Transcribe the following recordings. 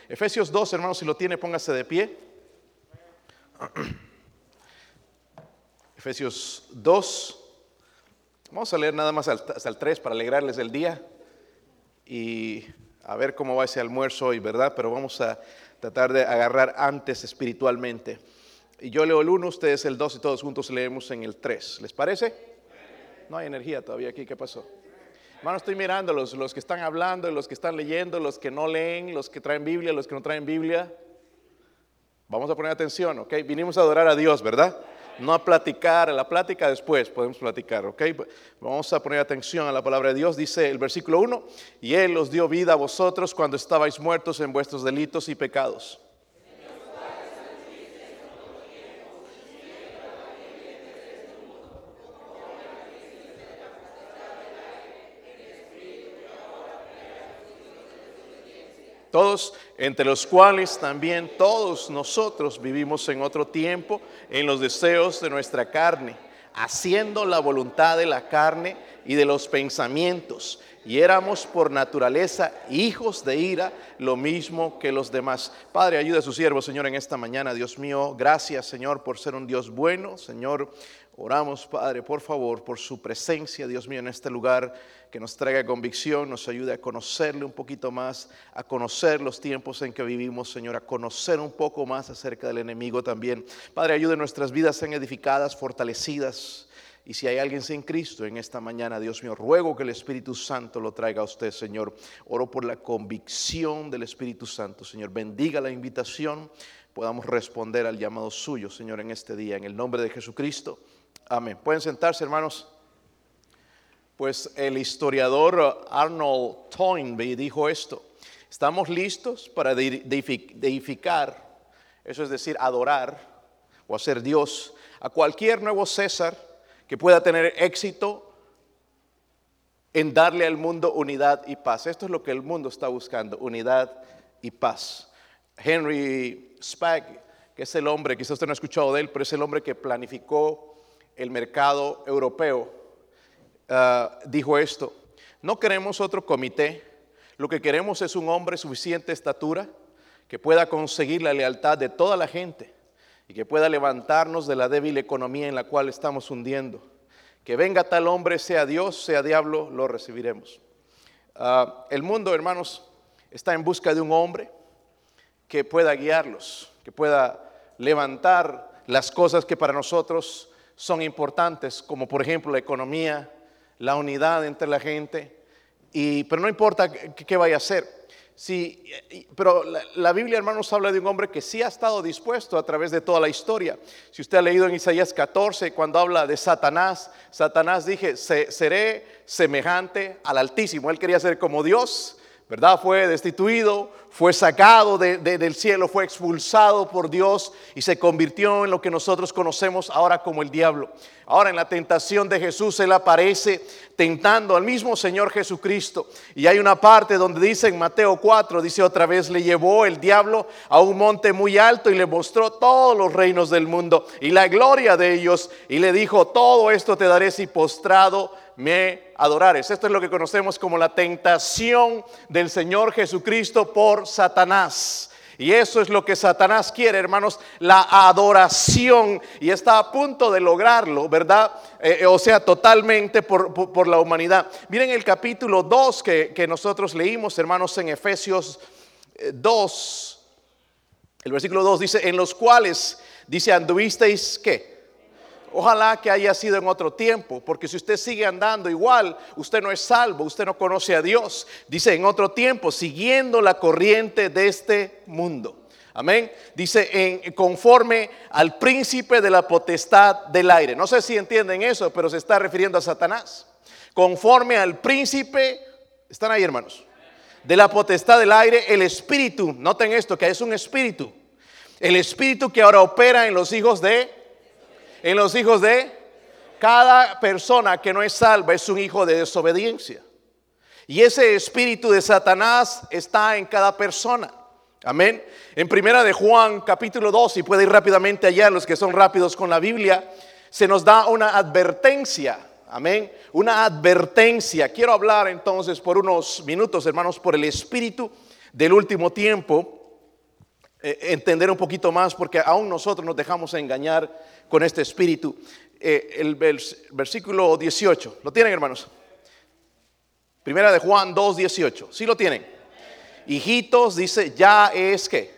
Efesios 2, hermanos, si lo tiene, póngase de pie. Efesios 2. Vamos a leer nada más hasta el 3 para alegrarles el día y a ver cómo va ese almuerzo hoy, ¿verdad? Pero vamos a tratar de agarrar antes espiritualmente. Y yo leo el 1, ustedes el 2 y todos juntos leemos en el 3. ¿Les parece? No hay energía todavía aquí, ¿qué pasó? Hermano, estoy mirando los que están hablando, los que están leyendo, los que no leen, los que traen Biblia, los que no traen Biblia. Vamos a poner atención, ¿ok? Vinimos a adorar a Dios, ¿verdad? No a platicar, a la plática después podemos platicar, ¿ok? Vamos a poner atención a la palabra de Dios. Dice el versículo 1, y Él os dio vida a vosotros cuando estabais muertos en vuestros delitos y pecados. Todos, entre los cuales también todos nosotros vivimos en otro tiempo en los deseos de nuestra carne, haciendo la voluntad de la carne y de los pensamientos, y éramos por naturaleza hijos de ira, lo mismo que los demás. Padre, ayuda a su siervo, Señor, en esta mañana. Dios mío, gracias, Señor, por ser un Dios bueno. Señor, oramos, Padre, por favor, por su presencia, Dios mío, en este lugar, que nos traiga convicción, nos ayude a conocerle un poquito más, a conocer los tiempos en que vivimos, Señor, a conocer un poco más acerca del enemigo también. Padre, ayude nuestras vidas sean edificadas, fortalecidas. Y si hay alguien sin Cristo en esta mañana, Dios mío, ruego que el Espíritu Santo lo traiga a usted, Señor. Oro por la convicción del Espíritu Santo, Señor. Bendiga la invitación, podamos responder al llamado suyo, Señor, en este día, en el nombre de Jesucristo. Amén. Pueden sentarse, hermanos. Pues el historiador Arnold Toynbee dijo esto: estamos listos para deificar, eso es decir, adorar o hacer Dios a cualquier nuevo César que pueda tener éxito en darle al mundo unidad y paz. Esto es lo que el mundo está buscando, unidad y paz. Henry Spagg, que es el hombre, quizás usted no ha escuchado de él, pero es el hombre que planificó el mercado europeo, dijo esto: no queremos otro comité, lo que queremos es un hombre de suficiente estatura que pueda conseguir la lealtad de toda la gente y que pueda levantarnos de la débil economía en la cual estamos hundiendo. Que venga tal hombre, sea Dios, sea diablo, lo recibiremos. El mundo, hermanos, está en busca de un hombre que pueda guiarlos, que pueda levantar las cosas que para nosotros son importantes, como por ejemplo la economía, la unidad entre la gente, pero no importa qué vaya a hacer. Sí, pero la Biblia, hermanos, habla de un hombre que sí ha estado dispuesto a través de toda la historia. Si usted ha leído en Isaías 14, cuando habla de Satanás, Satanás dije, seré semejante al Altísimo. Él quería ser como Dios, ¿verdad? Fue destituido, fue sacado del cielo, fue expulsado por Dios y se convirtió en lo que nosotros conocemos ahora como el diablo. Ahora en la tentación de Jesús, Él aparece tentando al mismo Señor Jesucristo. Y hay una parte donde dice en Mateo 4, dice otra vez, le llevó el diablo a un monte muy alto y le mostró todos los reinos del mundo y la gloria de ellos. Y le dijo, todo esto te daré si postrado me adorares. Esto es lo que conocemos como la tentación del Señor Jesucristo por Satanás. Y eso es lo que Satanás quiere, hermanos, la adoración. Y está a punto de lograrlo, ¿verdad? O sea, totalmente por la humanidad. Miren el capítulo 2 que nosotros leímos, hermanos, en Efesios 2. El versículo 2 dice, en los cuales, dice, anduvisteis, ¿qué? Ojalá que haya sido en otro tiempo, porque si usted sigue andando igual, usted no es salvo, usted no conoce a Dios. Dice en otro tiempo, siguiendo la corriente de este mundo. Amén. Dice conforme al príncipe de la potestad del aire. No sé si entienden eso, pero se está refiriendo a Satanás. Conforme al príncipe, ¿están ahí, hermanos? De la potestad del aire, el espíritu. Noten esto, que es un espíritu. El espíritu que ahora opera en los hijos de cada persona que no es salva es un hijo de desobediencia. Y ese espíritu de Satanás está en cada persona. Amén. En primera de Juan capítulo 2, y puede ir rápidamente allá los que son rápidos con la Biblia, se nos da una advertencia. Amén. Una advertencia. Quiero hablar entonces por unos minutos, hermanos, por el espíritu del último tiempo. entender un poquito más, porque aún nosotros nos dejamos engañar con este espíritu. El versículo 18, ¿lo tienen, hermanos? Primera de Juan 2:18, ¿sí lo tienen? Hijitos, dice, ya es que.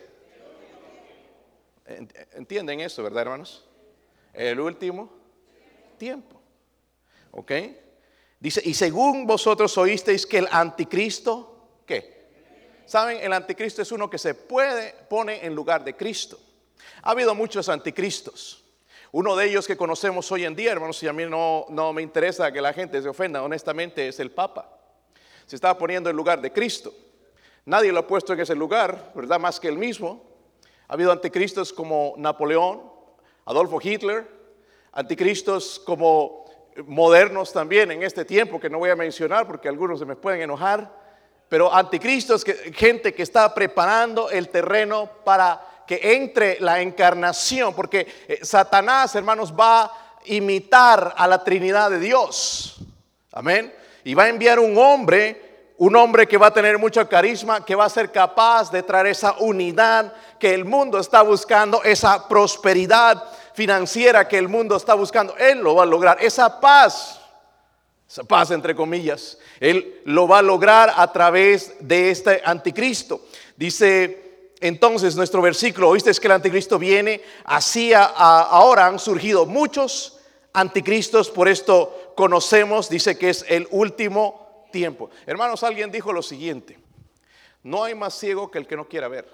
¿Entienden eso, verdad, hermanos? El último tiempo. ¿Ok? Dice, y según vosotros oísteis que el anticristo, ¿qué? ¿Saben? El anticristo es uno que pone en lugar de Cristo. Ha habido muchos anticristos. Uno de ellos que conocemos hoy en día, hermanos, y a mí no me interesa que la gente se ofenda, honestamente, es el Papa. Se está poniendo en lugar de Cristo. Nadie lo ha puesto en ese lugar, ¿verdad? Más que él mismo. Ha habido anticristos como Napoleón, Adolfo Hitler, anticristos como modernos también en este tiempo, que no voy a mencionar porque algunos se me pueden enojar, pero anticristos, gente que está preparando el terreno para que entre la encarnación, porque Satanás, hermanos, va a imitar a la Trinidad de Dios. Amén. Y va a enviar un hombre que va a tener mucho carisma, que va a ser capaz de traer esa unidad que el mundo está buscando, esa prosperidad financiera que el mundo está buscando. Él lo va a lograr, esa paz entre comillas, él lo va a lograr a través de este anticristo. Dice entonces nuestro versículo, oíste que el anticristo viene, así ahora han surgido muchos anticristos, por esto conocemos, dice que es el último tiempo. Hermanos, alguien dijo lo siguiente: no hay más ciego que el que no quiera ver.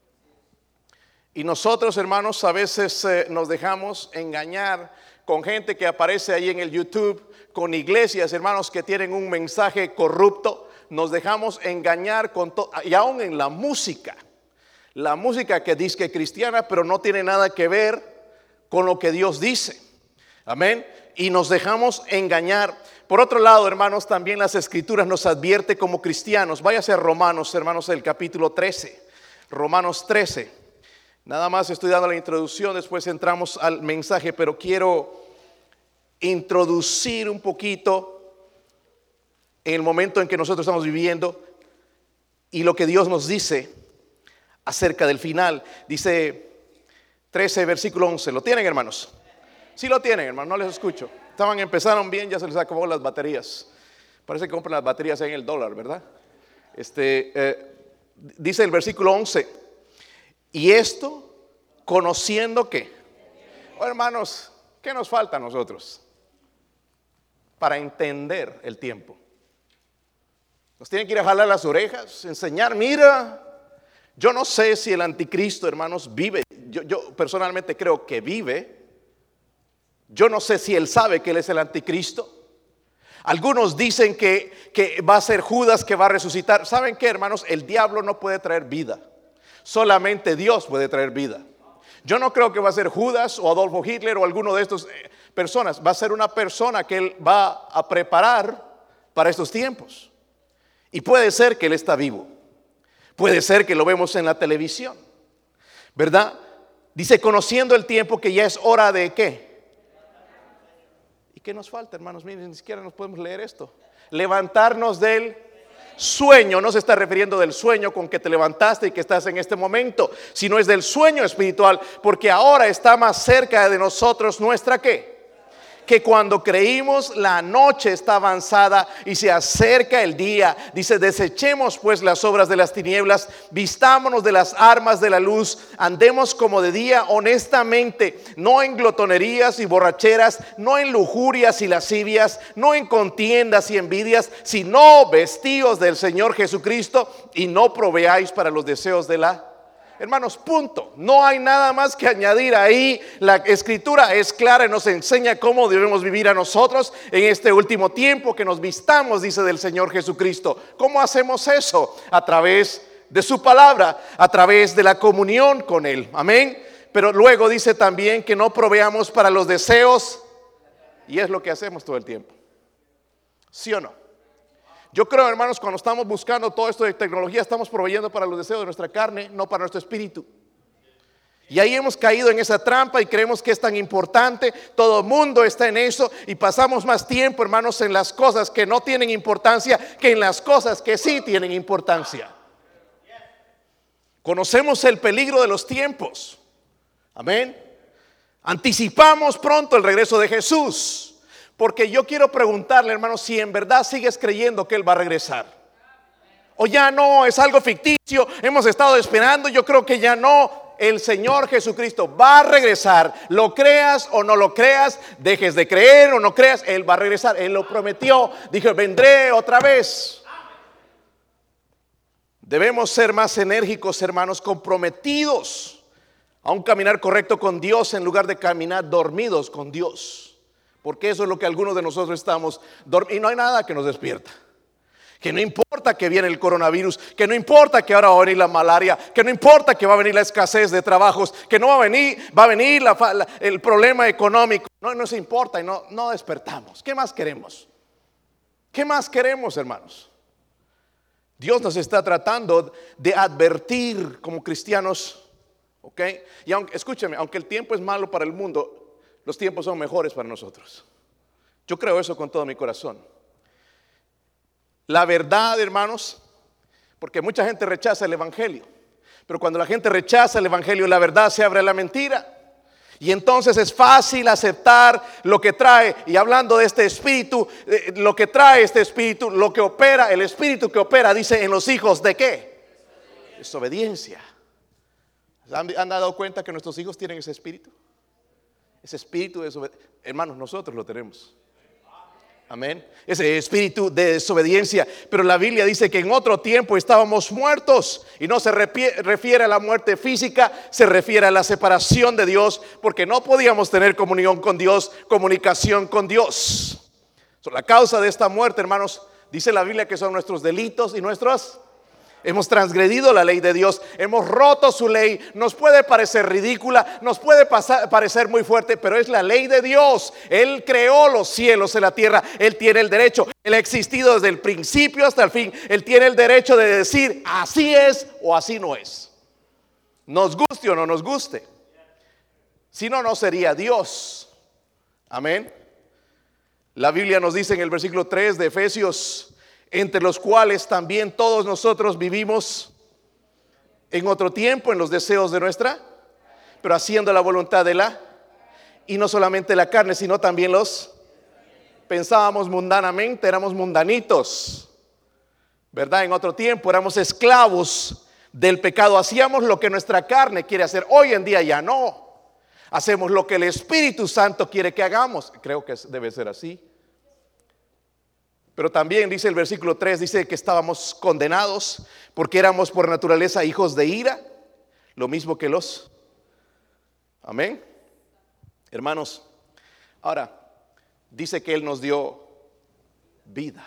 Y nosotros, hermanos, a veces nos dejamos engañar con gente que aparece ahí en el YouTube, con iglesias, hermanos, que tienen un mensaje corrupto. Nos dejamos engañar con todo, y aún en la música que dice que es cristiana, pero no tiene nada que ver con lo que Dios dice. Amén. Y nos dejamos engañar. Por otro lado, hermanos, también las escrituras nos advierte como cristianos. Váyase a Romanos, hermanos, el capítulo 13. Romanos 13. Nada más estoy dando la introducción, después entramos al mensaje, pero quiero introducir un poquito en el momento en que nosotros estamos viviendo y lo que Dios nos dice acerca del final. Dice 13, versículo 11. ¿Lo tienen, hermanos? Sí lo tienen, hermanos, no les escucho. Empezaron bien, ya se les acabó las baterías. Parece que compran las baterías en el dólar, ¿verdad? Dice el versículo 11. Y esto, conociendo que, hermanos, ¿qué nos falta a nosotros para entender el tiempo? Nos tienen que ir a jalar las orejas, enseñar, mira, yo no sé si el anticristo, hermanos, vive. Yo personalmente creo que vive. Yo no sé si él sabe que él es el anticristo. Algunos dicen que va a ser Judas, que va a resucitar. ¿Saben qué, hermanos? El diablo no puede traer vida. Solamente Dios puede traer vida. Yo no creo que va a ser Judas o Adolfo Hitler o alguno de estos personas. Va a ser una persona que él va a preparar para estos tiempos. Y puede ser que él está vivo. Puede ser que lo vemos en la televisión, ¿verdad? Dice, conociendo el tiempo, que ya es hora de ¿qué? ¿Y qué nos falta, hermanos? Miren, ni siquiera nos podemos leer esto. Levantarnos del sueño. No se está refiriendo del sueño con que te levantaste y que estás en este momento, sino es del sueño espiritual, porque ahora está más cerca de nosotros nuestra ¿qué? Que cuando creímos, la noche está avanzada y se acerca el día. Dice, desechemos pues las obras de las tinieblas, vistámonos de las armas de la luz, andemos como de día honestamente, no en glotonerías y borracheras, no en lujurias y lascivias, no en contiendas y envidias, sino vestidos del Señor Jesucristo y no proveáis para los deseos de la... Hermanos, punto. No hay nada más que añadir ahí. La escritura es clara y nos enseña cómo debemos vivir a nosotros en este último tiempo, que nos vistamos, dice, del Señor Jesucristo. ¿Cómo hacemos eso? A través de su palabra, a través de la comunión con Él. Amén. Pero luego dice también que no proveamos para los deseos, y es lo que hacemos todo el tiempo. ¿Sí o no? Yo creo, hermanos, cuando estamos buscando todo esto de tecnología, estamos proveyendo para los deseos de nuestra carne, no para nuestro espíritu. Y ahí hemos caído en esa trampa y creemos que es tan importante. Todo el mundo está en eso y pasamos más tiempo, hermanos, en las cosas que no tienen importancia que en las cosas que sí tienen importancia. Conocemos el peligro de los tiempos. Amén. Anticipamos pronto el regreso de Jesús. Porque yo quiero preguntarle, hermano, si en verdad sigues creyendo que Él va a regresar. O ya no, es algo ficticio, hemos estado esperando, yo creo que ya no. El Señor Jesucristo va a regresar, lo creas o no lo creas, dejes de creer o no creas, Él va a regresar, Él lo prometió, dijo, vendré otra vez. Debemos ser más enérgicos, hermanos, comprometidos a un caminar correcto con Dios en lugar de caminar dormidos con Dios. Porque eso es lo que algunos de nosotros estamos dormidos y no hay nada que nos despierta. Que no importa que viene el coronavirus, que no importa que ahora va a venir la malaria, que no importa que va a venir la escasez de trabajos, que no va a venir el problema económico. No nos importa y no despertamos. ¿Qué más queremos? ¿Qué más queremos, hermanos? Dios nos está tratando de advertir como cristianos, ¿ok? Y escúcheme, aunque el tiempo es malo para el mundo, los tiempos son mejores para nosotros. Yo creo eso con todo mi corazón. La verdad, hermanos, porque mucha gente rechaza el evangelio, pero cuando la gente rechaza el evangelio, la verdad se abre a la mentira. Y entonces es fácil aceptar lo que trae. Y hablando de este espíritu, lo que trae este espíritu, lo que opera, el espíritu que opera, dice en los hijos de ¿qué? Desobediencia. ¿Han dado cuenta que nuestros hijos tienen ese espíritu? Ese espíritu de desobediencia. Hermanos, nosotros lo tenemos. Amén. Ese espíritu de desobediencia. Pero la Biblia dice que en otro tiempo estábamos muertos. Y no se refiere a la muerte física, se refiere a la separación de Dios. Porque no podíamos tener comunión con Dios, comunicación con Dios. La causa de esta muerte, hermanos, dice la Biblia que son nuestros delitos y nuestros. Hemos transgredido la ley de Dios, hemos roto su ley. Nos puede parecer ridícula, nos puede parecer muy fuerte, pero es la ley de Dios. Él creó los cielos y la tierra, Él tiene el derecho. Él ha existido desde el principio hasta el fin. Él tiene el derecho de decir así es o así no es. Nos guste o no nos guste. Si no, no sería Dios. Amén. La Biblia nos dice en el versículo 3 de Efesios, entre los cuales también todos nosotros vivimos en otro tiempo en los deseos de nuestra, pero haciendo la voluntad de y no solamente la carne, sino también pensábamos mundanamente, éramos mundanitos, ¿verdad? En otro tiempo éramos esclavos del pecado, hacíamos lo que nuestra carne quiere hacer. Hoy en día ya no, hacemos lo que el Espíritu Santo quiere que hagamos. Creo que debe ser así. Pero también dice el versículo 3, dice que estábamos condenados porque éramos por naturaleza hijos de ira, lo mismo que amén. Hermanos, ahora dice que Él nos dio vida.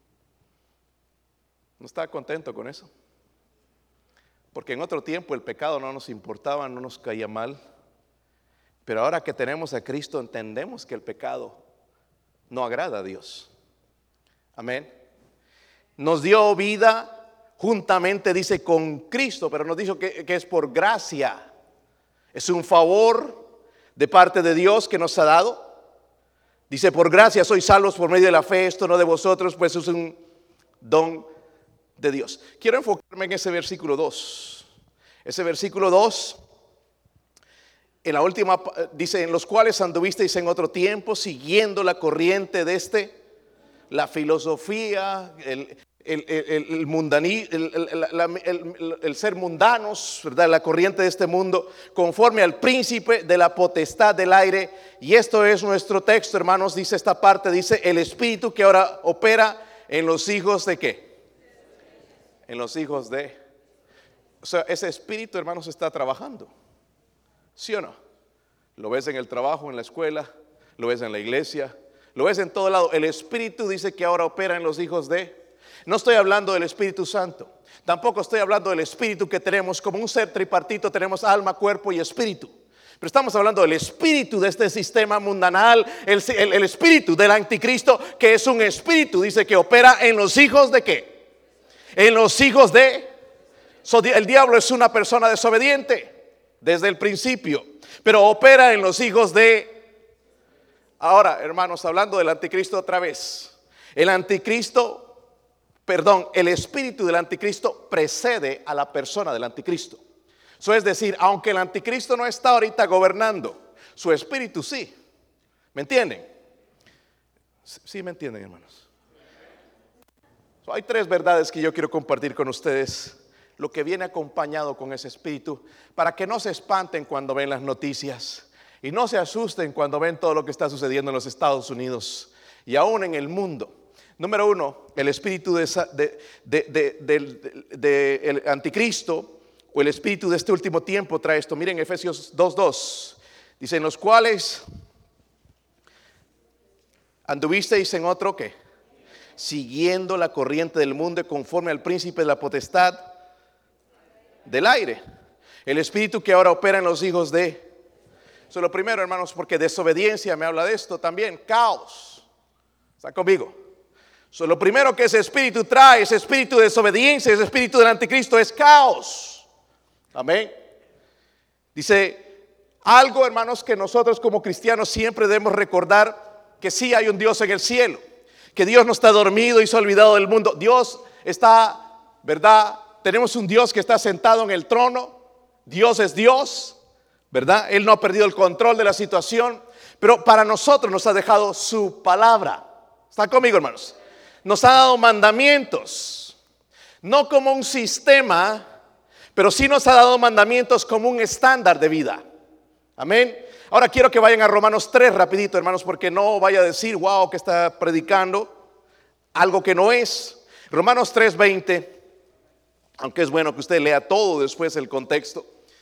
¿No está contento con eso? Porque en otro tiempo el pecado no nos importaba, no nos caía mal. Pero ahora que tenemos a Cristo entendemos que el pecado no agrada a Dios. Amén. Nos dio vida juntamente, dice, con Cristo, pero nos dijo que es por gracia. Es un favor de parte de Dios que nos ha dado. Dice, por gracia sois salvos por medio de la fe, esto no de vosotros, pues es un don de Dios. Quiero enfocarme en ese versículo 2. Ese versículo 2, en la última, dice, en los cuales anduvisteis en otro tiempo, siguiendo la corriente de la filosofía, el ser mundanos, ¿verdad? La corriente de este mundo, conforme al príncipe de la potestad del aire. Y esto es nuestro texto, hermanos. Dice esta parte, dice el espíritu que ahora opera en los hijos de ¿qué? En los hijos de. O sea, ese espíritu, hermanos, está trabajando. ¿Sí o no? Lo ves en el trabajo, en la escuela, lo ves en la iglesia, lo ves en todo lado. El Espíritu dice que ahora opera en los hijos de. No estoy hablando del Espíritu Santo. Tampoco estoy hablando del Espíritu que tenemos como un ser tripartito. Tenemos alma, cuerpo y espíritu. Pero estamos hablando del espíritu de este sistema mundanal. El espíritu del anticristo, que es un espíritu, dice que opera en los hijos de ¿qué? En los hijos de. El diablo es una persona desobediente desde el principio, pero opera en los hijos de. Ahora, hermanos, hablando del anticristo otra vez. El espíritu del anticristo precede a la persona del anticristo. Eso es decir, aunque el anticristo no está ahorita gobernando, su espíritu sí. ¿Me entienden? Sí me entienden, hermanos. Hay tres verdades que yo quiero compartir con ustedes, lo que viene acompañado con ese espíritu, para que no se espanten cuando ven las noticias y no se asusten cuando ven todo lo que está sucediendo en los Estados Unidos y aún en el mundo. Número uno, el espíritu del anticristo o el espíritu de este último tiempo trae esto. Miren Efesios 2:2, dice: en los cuales anduvisteis en otro ¿qué? Siguiendo la corriente del mundo y conforme al príncipe de la potestad del aire, el espíritu que ahora opera en los hijos de. Eso es lo primero, hermanos, porque desobediencia me habla de esto también, caos. ¿Está conmigo? Eso es lo primero que ese espíritu trae, ese espíritu de desobediencia, ese espíritu del anticristo es caos. Amén. Dice algo, hermanos, que nosotros como cristianos siempre debemos recordar, que sí hay un Dios en el cielo, que Dios no está dormido y se ha olvidado del mundo. Dios está, ¿verdad? Tenemos un Dios que está sentado en el trono. Dios es Dios, ¿verdad? Él no ha perdido el control de la situación, pero para nosotros nos ha dejado su palabra. ¿Están conmigo, hermanos? Nos ha dado mandamientos, no como un sistema, pero sí nos ha dado mandamientos como un estándar de vida. Amén. Ahora quiero que vayan a Romanos 3 rapidito, hermanos, porque no vaya a decir, wow, que está predicando algo que no es. Romanos 3:20, aunque es bueno que usted lea todo después el contexto.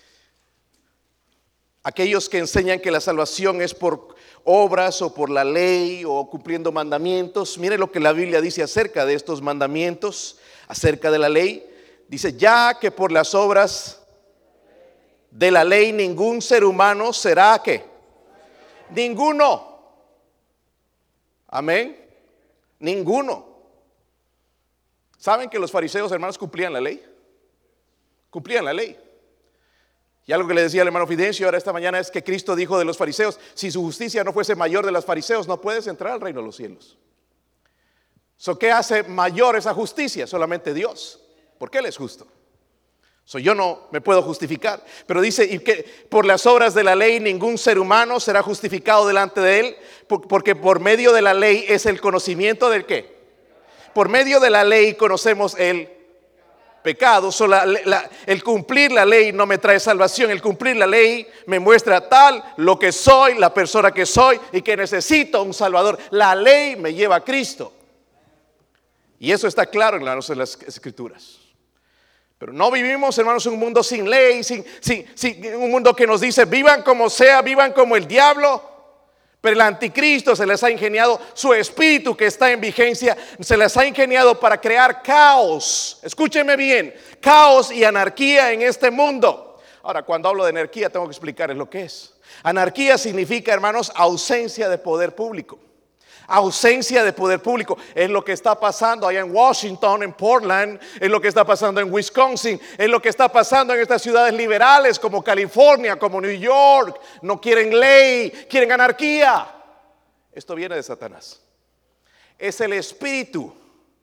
Aquellos que enseñan que la salvación es por obras o por la ley o cumpliendo mandamientos, mire lo que la Biblia dice acerca de estos mandamientos, acerca de la ley. Dice: ya que por las obras de la ley ningún ser humano será ¿qué? Ninguno. Amén. Ninguno. ¿Saben que los fariseos, hermanos, cumplían la ley? Cumplían la ley. Y algo que le decía el hermano Fidencio ahora esta mañana es que Cristo dijo de los fariseos: si su justicia no fuese mayor de los fariseos, no puedes entrar al reino de los cielos. ¿Qué hace mayor esa justicia? Solamente Dios, porque Él es justo. Yo no me puedo justificar, pero dice: y que por las obras de la ley ningún ser humano será justificado delante de Él, porque por medio de la ley es el conocimiento del ¿qué? Por medio de la ley conocemos el pecado. El cumplir la ley no me trae salvación. El cumplir la ley me muestra tal lo que soy, la persona que soy y que necesito un Salvador. La ley me lleva a Cristo, y eso está claro en las Escrituras. Pero no vivimos, hermanos, en un mundo sin ley, un mundo que nos dice vivan como sea, vivan como el diablo. Pero el anticristo se les ha ingeniado, su espíritu que está en vigencia, se les ha ingeniado para crear caos. Escúchenme bien, caos y anarquía en este mundo. Ahora, cuando hablo de anarquía, tengo que explicarles lo que es. Anarquía significa, hermanos, ausencia de poder público. Ausencia de poder público. Es lo que está pasando allá en Washington, en Portland. Es lo que está pasando en Wisconsin. Es lo que está pasando en estas ciudades liberales como California, como New York. No quieren ley, quieren anarquía. Esto viene de Satanás. Es el espíritu.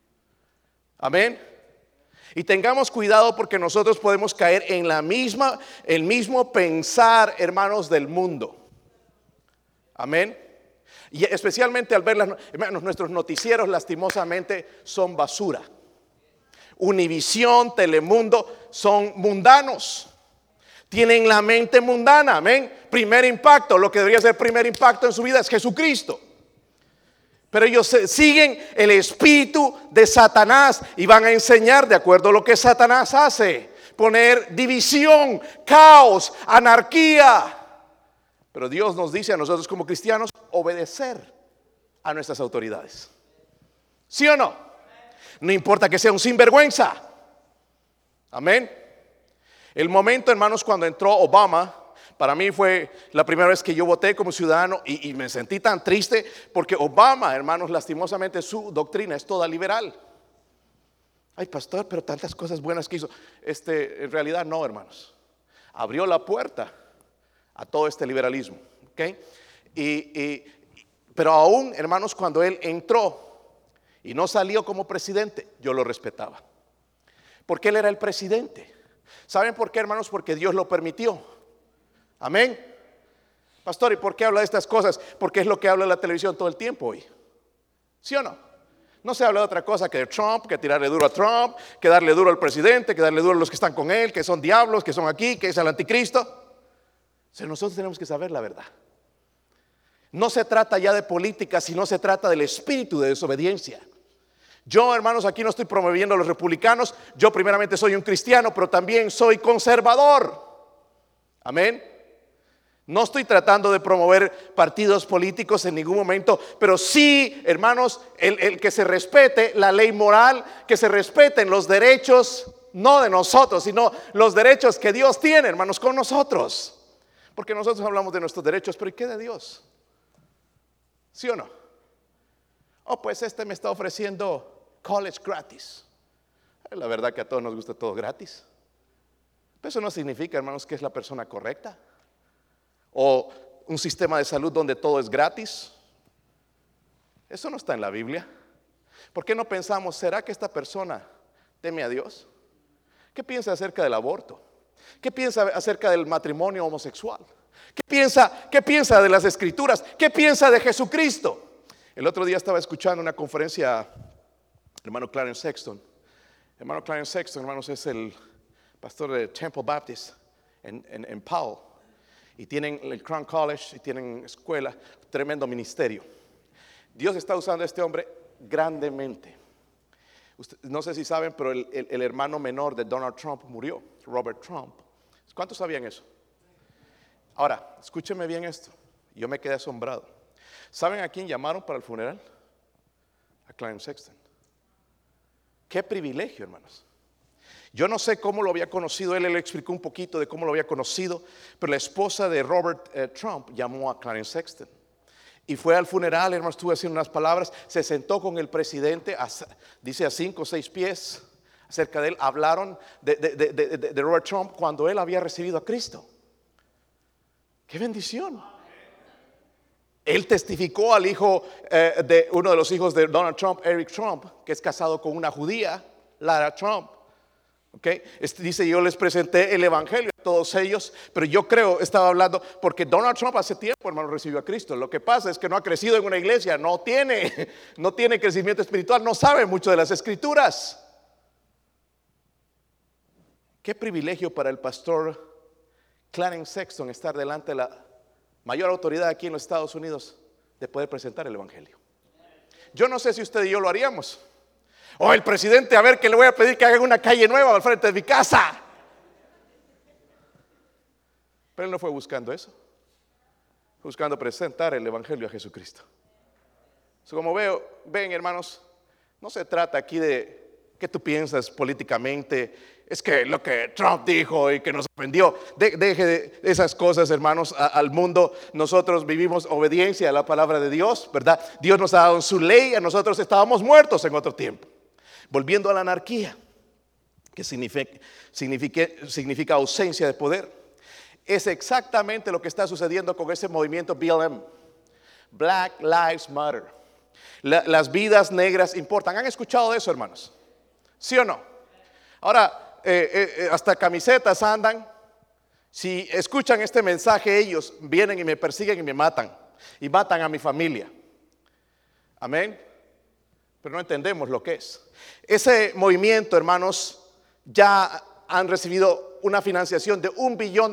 Amén. Y tengamos cuidado, porque nosotros podemos caer en el mismo pensar, hermanos, del mundo. Amén. Y especialmente al ver hermanos, nuestros noticieros lastimosamente son basura. Univisión, Telemundo son mundanos. Tienen la mente mundana, amén. Primer impacto, lo que debería ser primer impacto en su vida es Jesucristo. Pero ellos siguen el espíritu de Satanás y van a enseñar de acuerdo a lo que Satanás hace. Poner división, caos, anarquía. Pero Dios nos dice a nosotros como cristianos obedecer a nuestras autoridades. ¿Sí o no? No importa que sea un sinvergüenza. Amén. El momento, hermanos, cuando entró Obama, para mí fue la primera vez que yo voté como ciudadano y me sentí tan triste porque Obama, hermanos, lastimosamente su doctrina es toda liberal. Ay, pastor, pero tantas cosas buenas que hizo. En realidad no, hermanos. Abrió la puerta a todo este liberalismo, ¿ok? Pero aún, hermanos, cuando él entró y no salió como presidente, yo lo respetaba, porque él era el presidente. ¿Saben por qué, hermanos? Porque Dios lo permitió. Amén. Pastor, ¿y por qué habla de estas cosas? Porque es lo que habla la televisión todo el tiempo hoy. ¿Sí o no? No se habla de otra cosa que de Trump, que tirarle duro a Trump, que darle duro al presidente, que darle duro a los que están con él, que son diablos, que son aquí, que es el anticristo. O sea, nosotros tenemos que saber la verdad. No se trata ya de política, sino se trata del espíritu de desobediencia. Yo, hermanos, aquí no estoy promoviendo a los republicanos. Yo primeramente soy un cristiano, pero también soy conservador. Amén. No estoy tratando de promover partidos políticos en ningún momento, pero sí, hermanos, el que se respete la ley moral, que se respeten los derechos, no de nosotros, sino los derechos que Dios tiene, hermanos, con nosotros. Porque nosotros hablamos de nuestros derechos, pero ¿y qué de Dios? ¿Sí o no? Oh, pues este me está ofreciendo college gratis. La verdad que a todos nos gusta todo gratis. Pero eso no significa, hermanos, que es la persona correcta. O un sistema de salud donde todo es gratis. Eso no está en la Biblia. ¿Por qué no pensamos, será que esta persona teme a Dios? ¿Qué piensa acerca del aborto? ¿Qué piensa acerca del matrimonio homosexual? ¿Qué piensa de las escrituras? ¿Qué piensa de Jesucristo? El otro día estaba escuchando una conferencia, hermano Clarence Sexton. Hermano Clarence Sexton, hermanos, es el pastor de Temple Baptist en Powell. Y tienen el Crown College y tienen escuela, tremendo ministerio. Dios está usando a este hombre grandemente. No sé si saben, pero el hermano menor de Donald Trump murió, Robert Trump. ¿Cuántos sabían eso? Ahora, escúchenme bien esto. Yo me quedé asombrado. ¿Saben a quién llamaron para el funeral? A Clarence Sexton. Qué privilegio, hermanos. Yo no sé cómo lo había conocido, él le explicó un poquito de cómo lo había conocido, pero la esposa de Robert Trump llamó a Clarence Sexton y fue al funeral, hermano, estuvo haciendo unas palabras, se sentó con el presidente, dice a 5 o 6 pies acerca de él, hablaron de Robert Trump cuando él había recibido a Cristo. ¡Qué bendición! Él testificó al hijo de uno de los hijos de Donald Trump, Eric Trump, que es casado con una judía, Lara Trump. Okay. Dice, yo les presenté el evangelio a todos ellos, pero yo creo, estaba hablando, porque Donald Trump hace tiempo, hermano, recibió a Cristo. Lo que pasa es que no ha crecido en una iglesia, no tiene crecimiento espiritual, no sabe mucho de las escrituras. Qué privilegio para el pastor Clarence Sexton estar delante de la mayor autoridad aquí en los Estados Unidos de poder presentar el evangelio. Yo no sé si usted y yo lo haríamos. O el presidente, a ver, que le voy a pedir que hagan una calle nueva al frente de mi casa. Pero él no fue buscando eso. Fue buscando presentar el evangelio a Jesucristo. Como ven, hermanos, no se trata aquí de qué tú piensas políticamente. Es que lo que Trump dijo y que nos ofendió. Deje de esas cosas, hermanos, al mundo. Nosotros vivimos obediencia a la palabra de Dios, ¿verdad? Dios nos ha dado su ley, a nosotros estábamos muertos en otro tiempo. Volviendo a la anarquía, que significa ausencia de poder, es exactamente lo que está sucediendo con ese movimiento BLM, Black Lives Matter. Las vidas negras importan. ¿Han escuchado de eso, hermanos? ¿Sí o no? Ahora, hasta camisetas andan. Si escuchan este mensaje, ellos vienen y me persiguen y me matan. Y matan a mi familia. Amén. Pero no entendemos lo que es. Ese movimiento, hermanos, ya han recibido una financiación de $1 billón.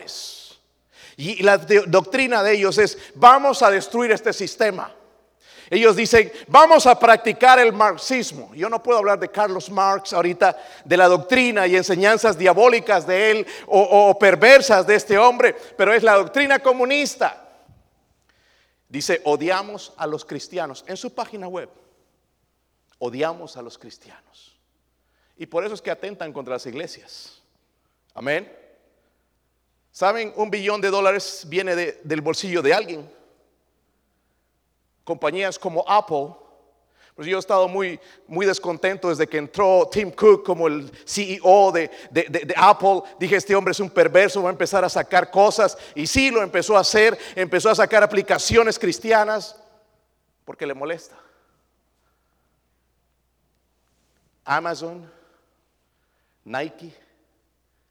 Y la doctrina de ellos es, vamos a destruir este sistema. Ellos dicen, vamos a practicar el marxismo. Yo no puedo hablar de Carlos Marx ahorita, de la doctrina y enseñanzas diabólicas de él o perversas de este hombre, pero es la doctrina comunista. Dice, odiamos a los cristianos. En su página web, odiamos a los cristianos. Y por eso es que atentan contra las iglesias. Amén. ¿Saben? $1 billón viene del bolsillo de alguien. Compañías como Apple. Pues yo he estado muy descontento desde que entró Tim Cook como el CEO de Apple. Dije, este hombre es un perverso, va a empezar a sacar cosas. Y sí, lo empezó a hacer. Empezó a sacar aplicaciones cristianas porque le molesta. Amazon, Nike,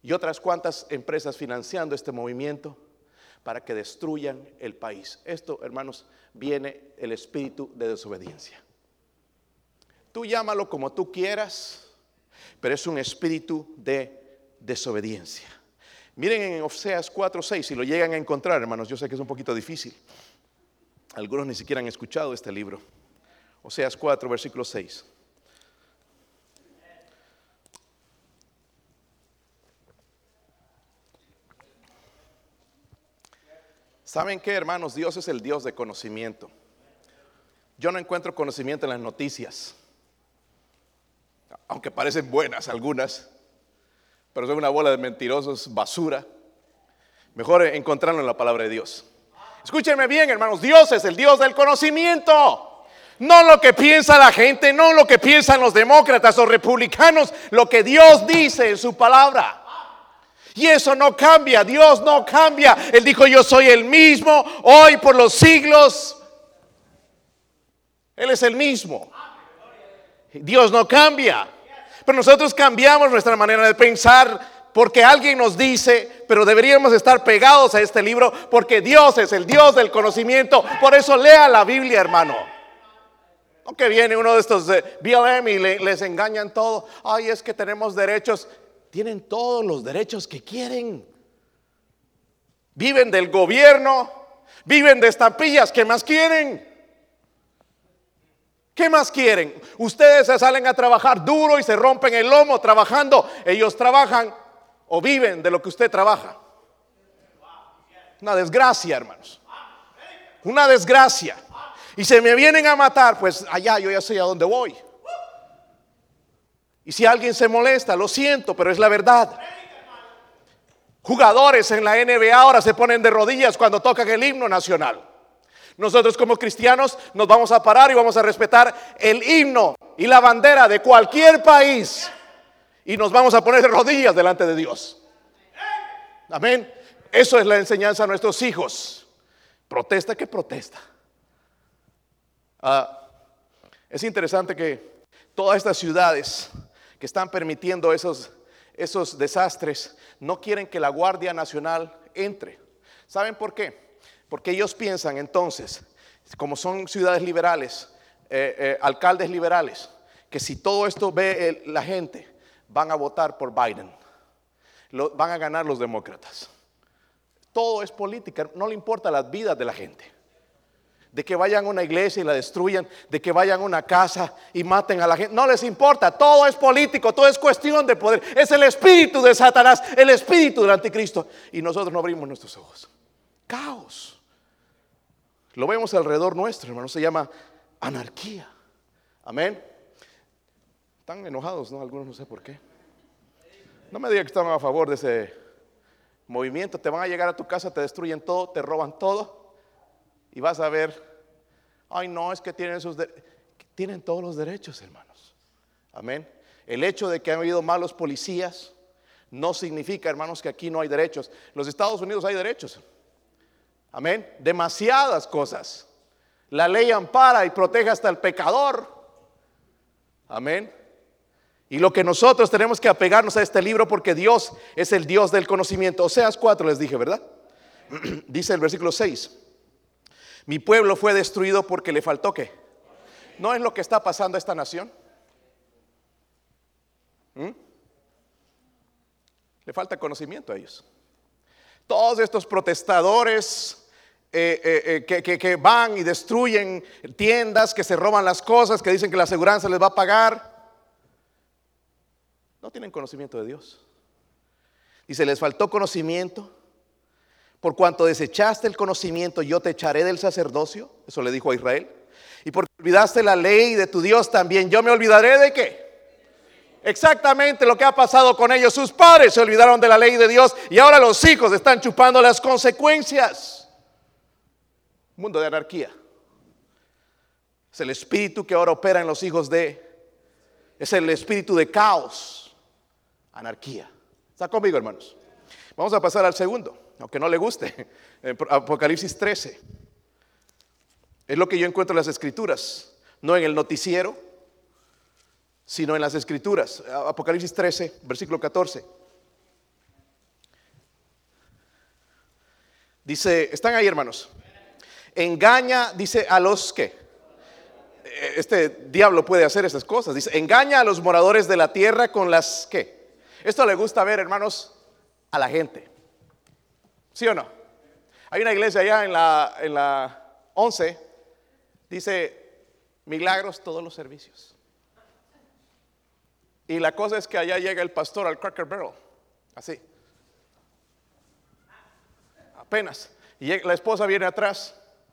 y otras cuantas empresas financiando este movimiento para que destruyan el país. Esto, hermanos, viene el espíritu de desobediencia. Tú llámalo como tú quieras, pero es un espíritu de desobediencia. Miren en Oseas 4:6, si lo llegan a encontrar, hermanos, yo sé que es un poquito difícil. Algunos ni siquiera han escuchado este libro. Oseas 4, versículo 6. ¿Saben qué, hermanos? Dios es el Dios de conocimiento. Yo no encuentro conocimiento en las noticias, aunque parecen buenas algunas, pero son una bola de mentirosos, basura. Mejor encontrarlo en la palabra de Dios. Escúchenme bien, hermanos, Dios es el Dios del conocimiento. No lo que piensa la gente, no lo que piensan los demócratas o republicanos, lo que Dios dice en su palabra. Y eso no cambia, Dios no cambia. Él dijo: yo soy el mismo, hoy por los siglos. Él es el mismo. Dios no cambia. Pero nosotros cambiamos nuestra manera de pensar porque alguien nos dice, pero deberíamos estar pegados a este libro porque Dios es el Dios del conocimiento. Por eso lea la Biblia, hermano. No que viene uno de estos BLM y les engañan todo. Ay, es que tenemos derechos. Tienen todos los derechos que quieren. Viven del gobierno, viven de estampillas. ¿Qué más quieren? ¿Qué más quieren? Ustedes se salen a trabajar duro y se rompen el lomo trabajando. Ellos trabajan o viven de lo que usted trabaja. Una desgracia, hermanos. Una desgracia. Y se me vienen a matar, pues allá yo ya sé a dónde voy. Y si alguien se molesta, lo siento, pero es la verdad. Jugadores en la NBA ahora se ponen de rodillas cuando tocan el himno nacional. Nosotros como cristianos nos vamos a parar y vamos a respetar el himno y la bandera de cualquier país. Y nos vamos a poner de rodillas delante de Dios. Amén. Eso es la enseñanza a nuestros hijos. Protesta que protesta. Es interesante que todas estas ciudades que están permitiendo esos desastres no quieren que la Guardia Nacional entre. ¿Saben por qué? Porque ellos piensan entonces, como son ciudades liberales, alcaldes liberales, que si todo esto ve la gente, van a votar por Biden, van a ganar los demócratas. Todo es política, no le importa las vidas de la gente. De que vayan a una iglesia y la destruyan, de que vayan a una casa y maten a la gente, no les importa, todo es político, todo es cuestión de poder. Es el espíritu de Satanás, el espíritu del anticristo. Y nosotros no abrimos nuestros ojos. Caos. Lo vemos alrededor nuestro, hermano, se llama anarquía. Amén. Están enojados, ¿no? Algunos no sé por qué. No me digan que están a favor de ese movimiento. Te van a llegar a tu casa, te destruyen todo, te roban todo. Y vas a ver, ay no, es que tienen todos los derechos, hermanos. Amén. El hecho de que han habido malos policías no significa, hermanos, que aquí no hay derechos. En los Estados Unidos hay derechos. Amén. Demasiadas cosas. La ley ampara y protege hasta el pecador. Amén. Y lo que nosotros tenemos que apegarnos a este libro porque Dios es el Dios del conocimiento. Oseas 4 les dije, ¿verdad? Dice el versículo 6. Mi pueblo fue destruido porque le faltó ¿qué? ¿No es lo que está pasando a esta nación? Le falta conocimiento a ellos. Todos estos protestadores que van y destruyen tiendas, que se roban las cosas, que dicen que la aseguranza les va a pagar, no tienen conocimiento de Dios. Dice, les faltó conocimiento. Por cuanto desechaste el conocimiento, yo te echaré del sacerdocio. Eso le dijo a Israel. Y porque olvidaste la ley de tu Dios también, yo me olvidaré de ¿qué? Exactamente lo que ha pasado con ellos. Sus padres se olvidaron de la ley de Dios y ahora los hijos están chupando las consecuencias. Mundo de anarquía. Es el espíritu que ahora opera en los hijos es el espíritu de caos. Anarquía. ¿Está conmigo, hermanos? Vamos a pasar al segundo, aunque no le guste. Apocalipsis 13. Es lo que yo encuentro en las escrituras, no en el noticiero, sino en las escrituras. Apocalipsis 13, versículo 14. Dice, ¿están ahí, hermanos? Engaña, dice, a los que este diablo puede hacer esas cosas. Dice, engaña a los moradores de la tierra con las que. Esto le gusta ver, hermanos, a la gente. ¿Sí o no? Hay una iglesia allá en la 11, dice, milagros todos los servicios. Y la cosa es que allá llega el pastor al Cracker Barrel, así. Apenas. Y la esposa viene atrás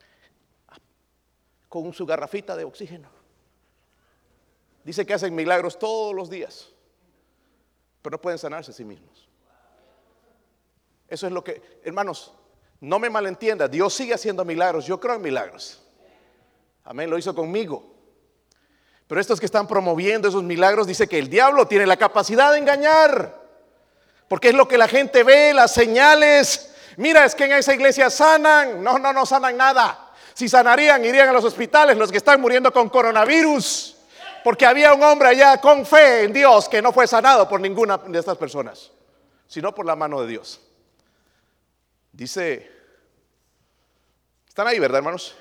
con su garrafita de oxígeno. Dice que hacen milagros todos los días, pero no pueden sanarse a sí mismos. Eso es lo que, hermanos, no me malentienda, Dios sigue haciendo milagros, yo creo en milagros. Amén, lo hizo conmigo. Pero estos que están promoviendo esos milagros, dice que el diablo tiene la capacidad de engañar, porque es lo que la gente ve, las señales. Mira, es que en esa iglesia sanan. No sanan nada. Si sanarían, irían a los hospitales los que están muriendo con coronavirus, porque había un hombre allá con fe en Dios que no fue sanado por ninguna de estas personas, sino por la mano de Dios. Dice, están ahí, ¿verdad, hermanos?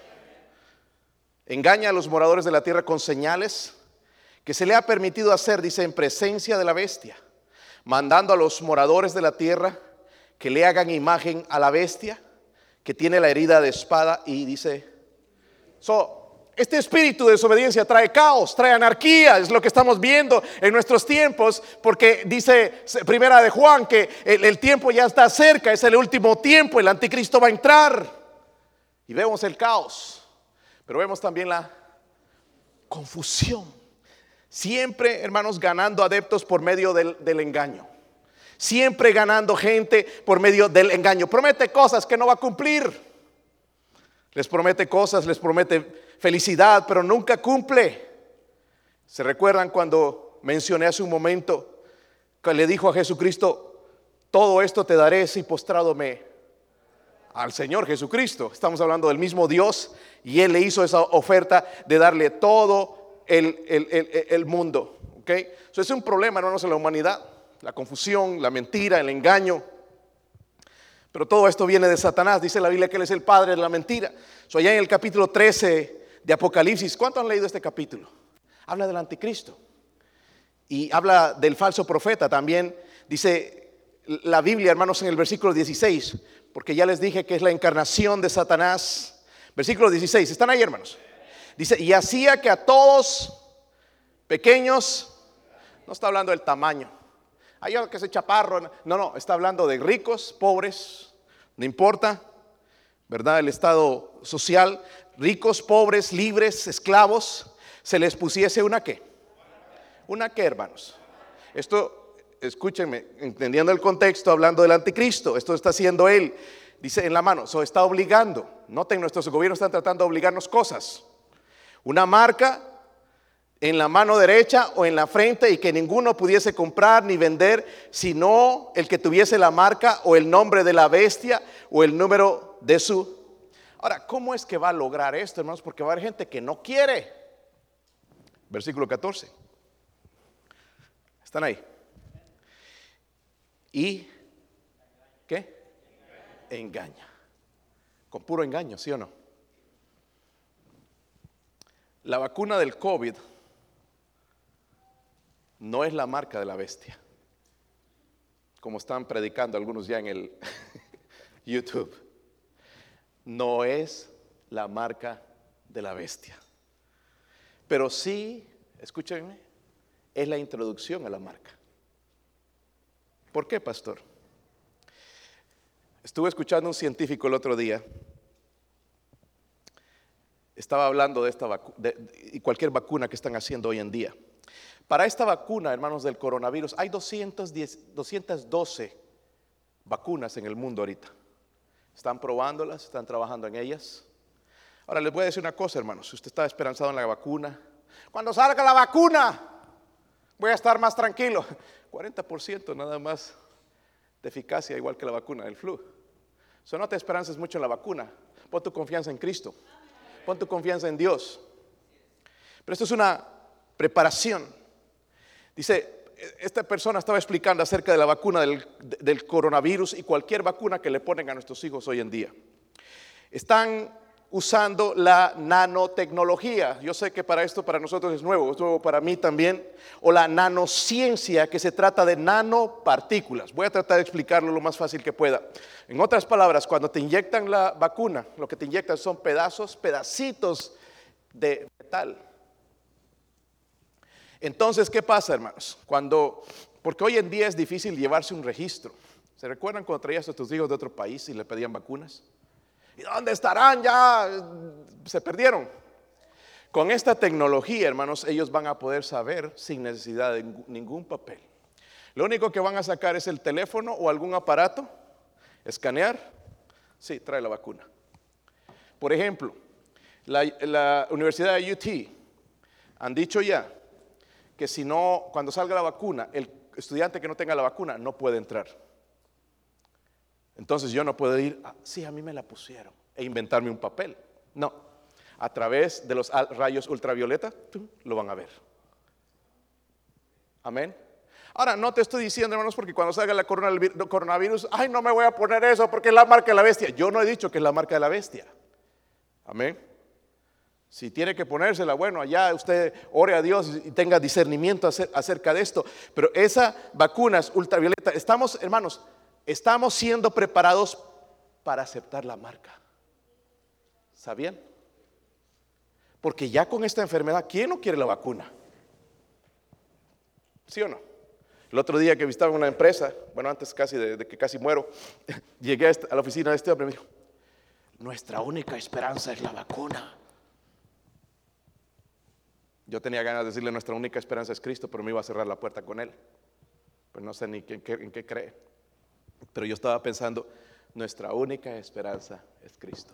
Engaña a los moradores de la tierra con señales que se le ha permitido hacer, dice, en presencia de la bestia, mandando a los moradores de la tierra que le hagan imagen a la bestia que tiene la herida de espada. Y dice, este espíritu de desobediencia trae caos, trae anarquía. Es lo que estamos viendo en nuestros tiempos, porque dice Primera de Juan que el tiempo ya está cerca, es el último tiempo, el anticristo va a entrar. Y vemos el caos, pero vemos también la confusión. Siempre, hermanos, ganando adeptos por medio del engaño. Siempre ganando gente por medio del engaño. Promete cosas que no va a cumplir. Les promete cosas, les promete felicidad, pero nunca cumple. ¿Se recuerdan cuando mencioné hace un momento que le dijo a Jesucristo, todo esto te daré si postrado me al Señor Jesucristo? Estamos hablando del mismo Dios, y Él le hizo esa oferta de darle todo el mundo. ¿Okay? Eso es un problema, hermanos, en la humanidad. La confusión, la mentira, el engaño. Pero todo esto viene de Satanás. Dice la Biblia que Él es el padre de la mentira. Allá en el capítulo 13 de Apocalipsis, ¿cuántos han leído este capítulo? Habla del anticristo y habla del falso profeta. También dice la Biblia, hermanos, en el versículo 16, porque ya les dije que es la encarnación de Satanás. Versículo 16, ¿están ahí, hermanos? Dice, y hacía que a todos pequeños, no está hablando del tamaño, hay algo que es chaparro, no, está hablando de ricos, pobres, no importa, ¿verdad? El estado social, ricos, pobres, libres, esclavos, se les pusiese una ¿qué? ¿Una qué, hermanos? Esto, escúchenme, entendiendo el contexto, hablando del anticristo, esto está haciendo él, dice en la mano, está obligando. Noten, nuestros gobiernos están tratando de obligarnos cosas. Una marca en la mano derecha o en la frente, y que ninguno pudiese comprar ni vender, sino el que tuviese la marca o el nombre de la bestia o el número de su. Ahora, ¿cómo es que va a lograr esto, hermanos? Porque va a haber gente que no quiere. Versículo 14. ¿Están ahí? ¿Y qué? Engaña. Con puro engaño, ¿sí o no? La vacuna del COVID no es la marca de la bestia, como están predicando algunos ya en el YouTube. No es la marca de la bestia, pero sí, escúchenme, es la introducción a la marca. ¿Por qué, pastor? Estuve escuchando a un científico el otro día. Estaba hablando de esta vacuna y cualquier vacuna que están haciendo hoy en día. Para esta vacuna, hermanos, del coronavirus, hay 212 vacunas en el mundo ahorita. Están probándolas, están trabajando en ellas. Ahora les voy a decir una cosa, hermanos. Si usted está esperanzado en la vacuna, cuando salga la vacuna, voy a estar más tranquilo. 40% nada más de eficacia, igual que la vacuna del flu. No te esperances mucho en la vacuna. Pon tu confianza en Cristo. Pon tu confianza en Dios. Pero esto es una preparación. Dice, esta persona estaba explicando acerca de la vacuna del coronavirus y cualquier vacuna que le ponen a nuestros hijos hoy en día. Están usando la nanotecnología. Yo sé que para nosotros es nuevo para mí también. O la nanociencia, que se trata de nanopartículas. Voy a tratar de explicarlo lo más fácil que pueda. En otras palabras, cuando te inyectan la vacuna, lo que te inyectan son pedacitos de metal. Entonces, ¿qué pasa, hermanos? Porque hoy en día es difícil llevarse un registro. ¿Se recuerdan cuando traías a tus hijos de otro país y le pedían vacunas? ¿Y dónde estarán? Ya se perdieron. Con esta tecnología, hermanos, ellos van a poder saber sin necesidad de ningún papel. Lo único que van a sacar es el teléfono o algún aparato, escanear, sí, trae la vacuna. Por ejemplo, la Universidad de UT han dicho ya que si no, cuando salga la vacuna, el estudiante que no tenga la vacuna no puede entrar. Entonces yo no puedo ir, sí, a mí me la pusieron, e inventarme un papel. No, a través de los rayos ultravioleta, lo van a ver. Amén. Ahora, no te estoy diciendo, hermanos, porque cuando salga la coronavirus, ay, no me voy a poner eso porque es la marca de la bestia. Yo no he dicho que es la marca de la bestia. Amén. Si tiene que ponérsela, bueno, allá usted ore a Dios y tenga discernimiento acerca de esto. Pero esas vacunas ultravioleta, hermanos, estamos siendo preparados para aceptar la marca. ¿Sabían? Porque ya con esta enfermedad, ¿quién no quiere la vacuna? ¿Sí o no? El otro día que visitaba una empresa, bueno, antes casi de que casi muero, llegué a la oficina de este hombre y me dijo, nuestra única esperanza es la vacuna. Yo tenía ganas de decirle nuestra única esperanza es Cristo, pero me iba a cerrar la puerta con él. Pues no sé ni en qué cree. Pero yo estaba pensando, nuestra única esperanza es Cristo.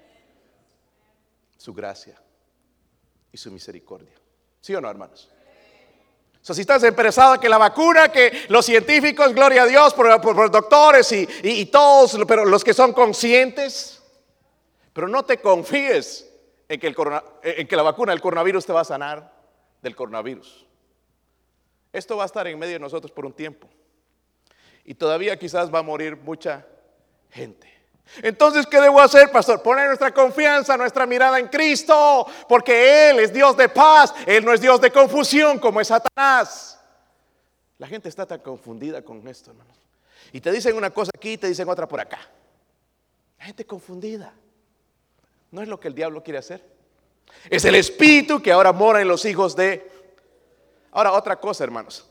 Su gracia y su misericordia. ¿Sí o no, hermanos? Si estás interesado que la vacuna, que los científicos, gloria a Dios por los doctores y todos, pero los que son conscientes, pero no te confíes en que la vacuna del coronavirus te va a sanar del coronavirus. Esto va a estar en medio de nosotros por un tiempo. Y todavía quizás va a morir mucha gente. Entonces, ¿qué debo hacer, pastor? Poner nuestra confianza, nuestra mirada en Cristo, porque Él es Dios de paz, Él no es Dios de confusión como es Satanás. La gente está tan confundida con esto, hermanos. Y te dicen una cosa aquí y te dicen otra por acá. La gente confundida. ¿No es lo que el diablo quiere hacer? Es el espíritu que ahora mora en los hijos de... Ahora, otra cosa, hermanos.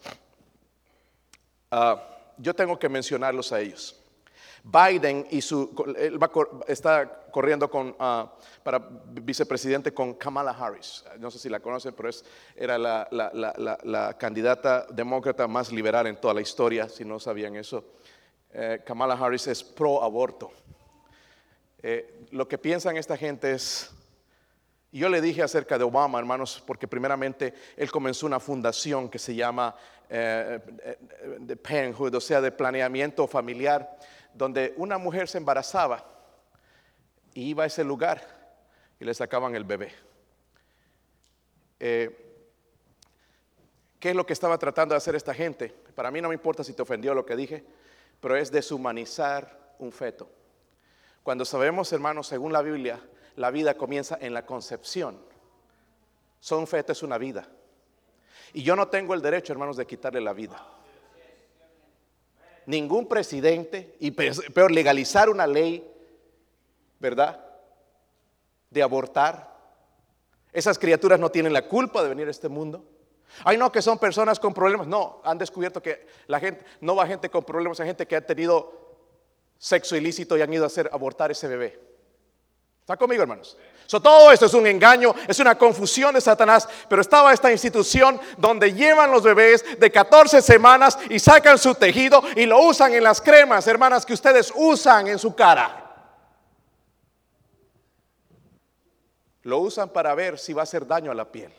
Yo tengo que mencionarlos a ellos. Biden él está corriendo para vicepresidente con Kamala Harris. No sé si la conocen, pero era la candidata demócrata más liberal en toda la historia, si no sabían eso. Kamala Harris es pro aborto. Lo que piensan esta gente es, yo le dije acerca de Obama, hermanos, porque primeramente él comenzó una fundación que se llama de Parenthood, o sea, de planeamiento familiar, donde una mujer se embarazaba y iba a ese lugar y le sacaban el bebé. ¿Qué es lo que estaba tratando de hacer esta gente? Para mí no me importa si te ofendió lo que dije, pero es deshumanizar un feto. Cuando sabemos, hermanos, según la Biblia, la vida comienza en la concepción. Un feto es una vida. Y yo no tengo el derecho, hermanos, de quitarle la vida. Ningún presidente, y peor legalizar una ley, ¿verdad?, de abortar. Esas criaturas no tienen la culpa de venir a este mundo. Ay, no, que son personas con problemas. No, han descubierto que la gente, no va gente con problemas, hay gente que ha tenido sexo ilícito y han ido a abortar ese bebé. ¿Está conmigo, hermanos? Todo esto es un engaño, es una confusión de Satanás. Pero estaba esta institución donde llevan los bebés de 14 semanas y sacan su tejido y lo usan en las cremas, hermanas, que ustedes usan en su cara. Lo usan para ver si va a hacer daño a la piel.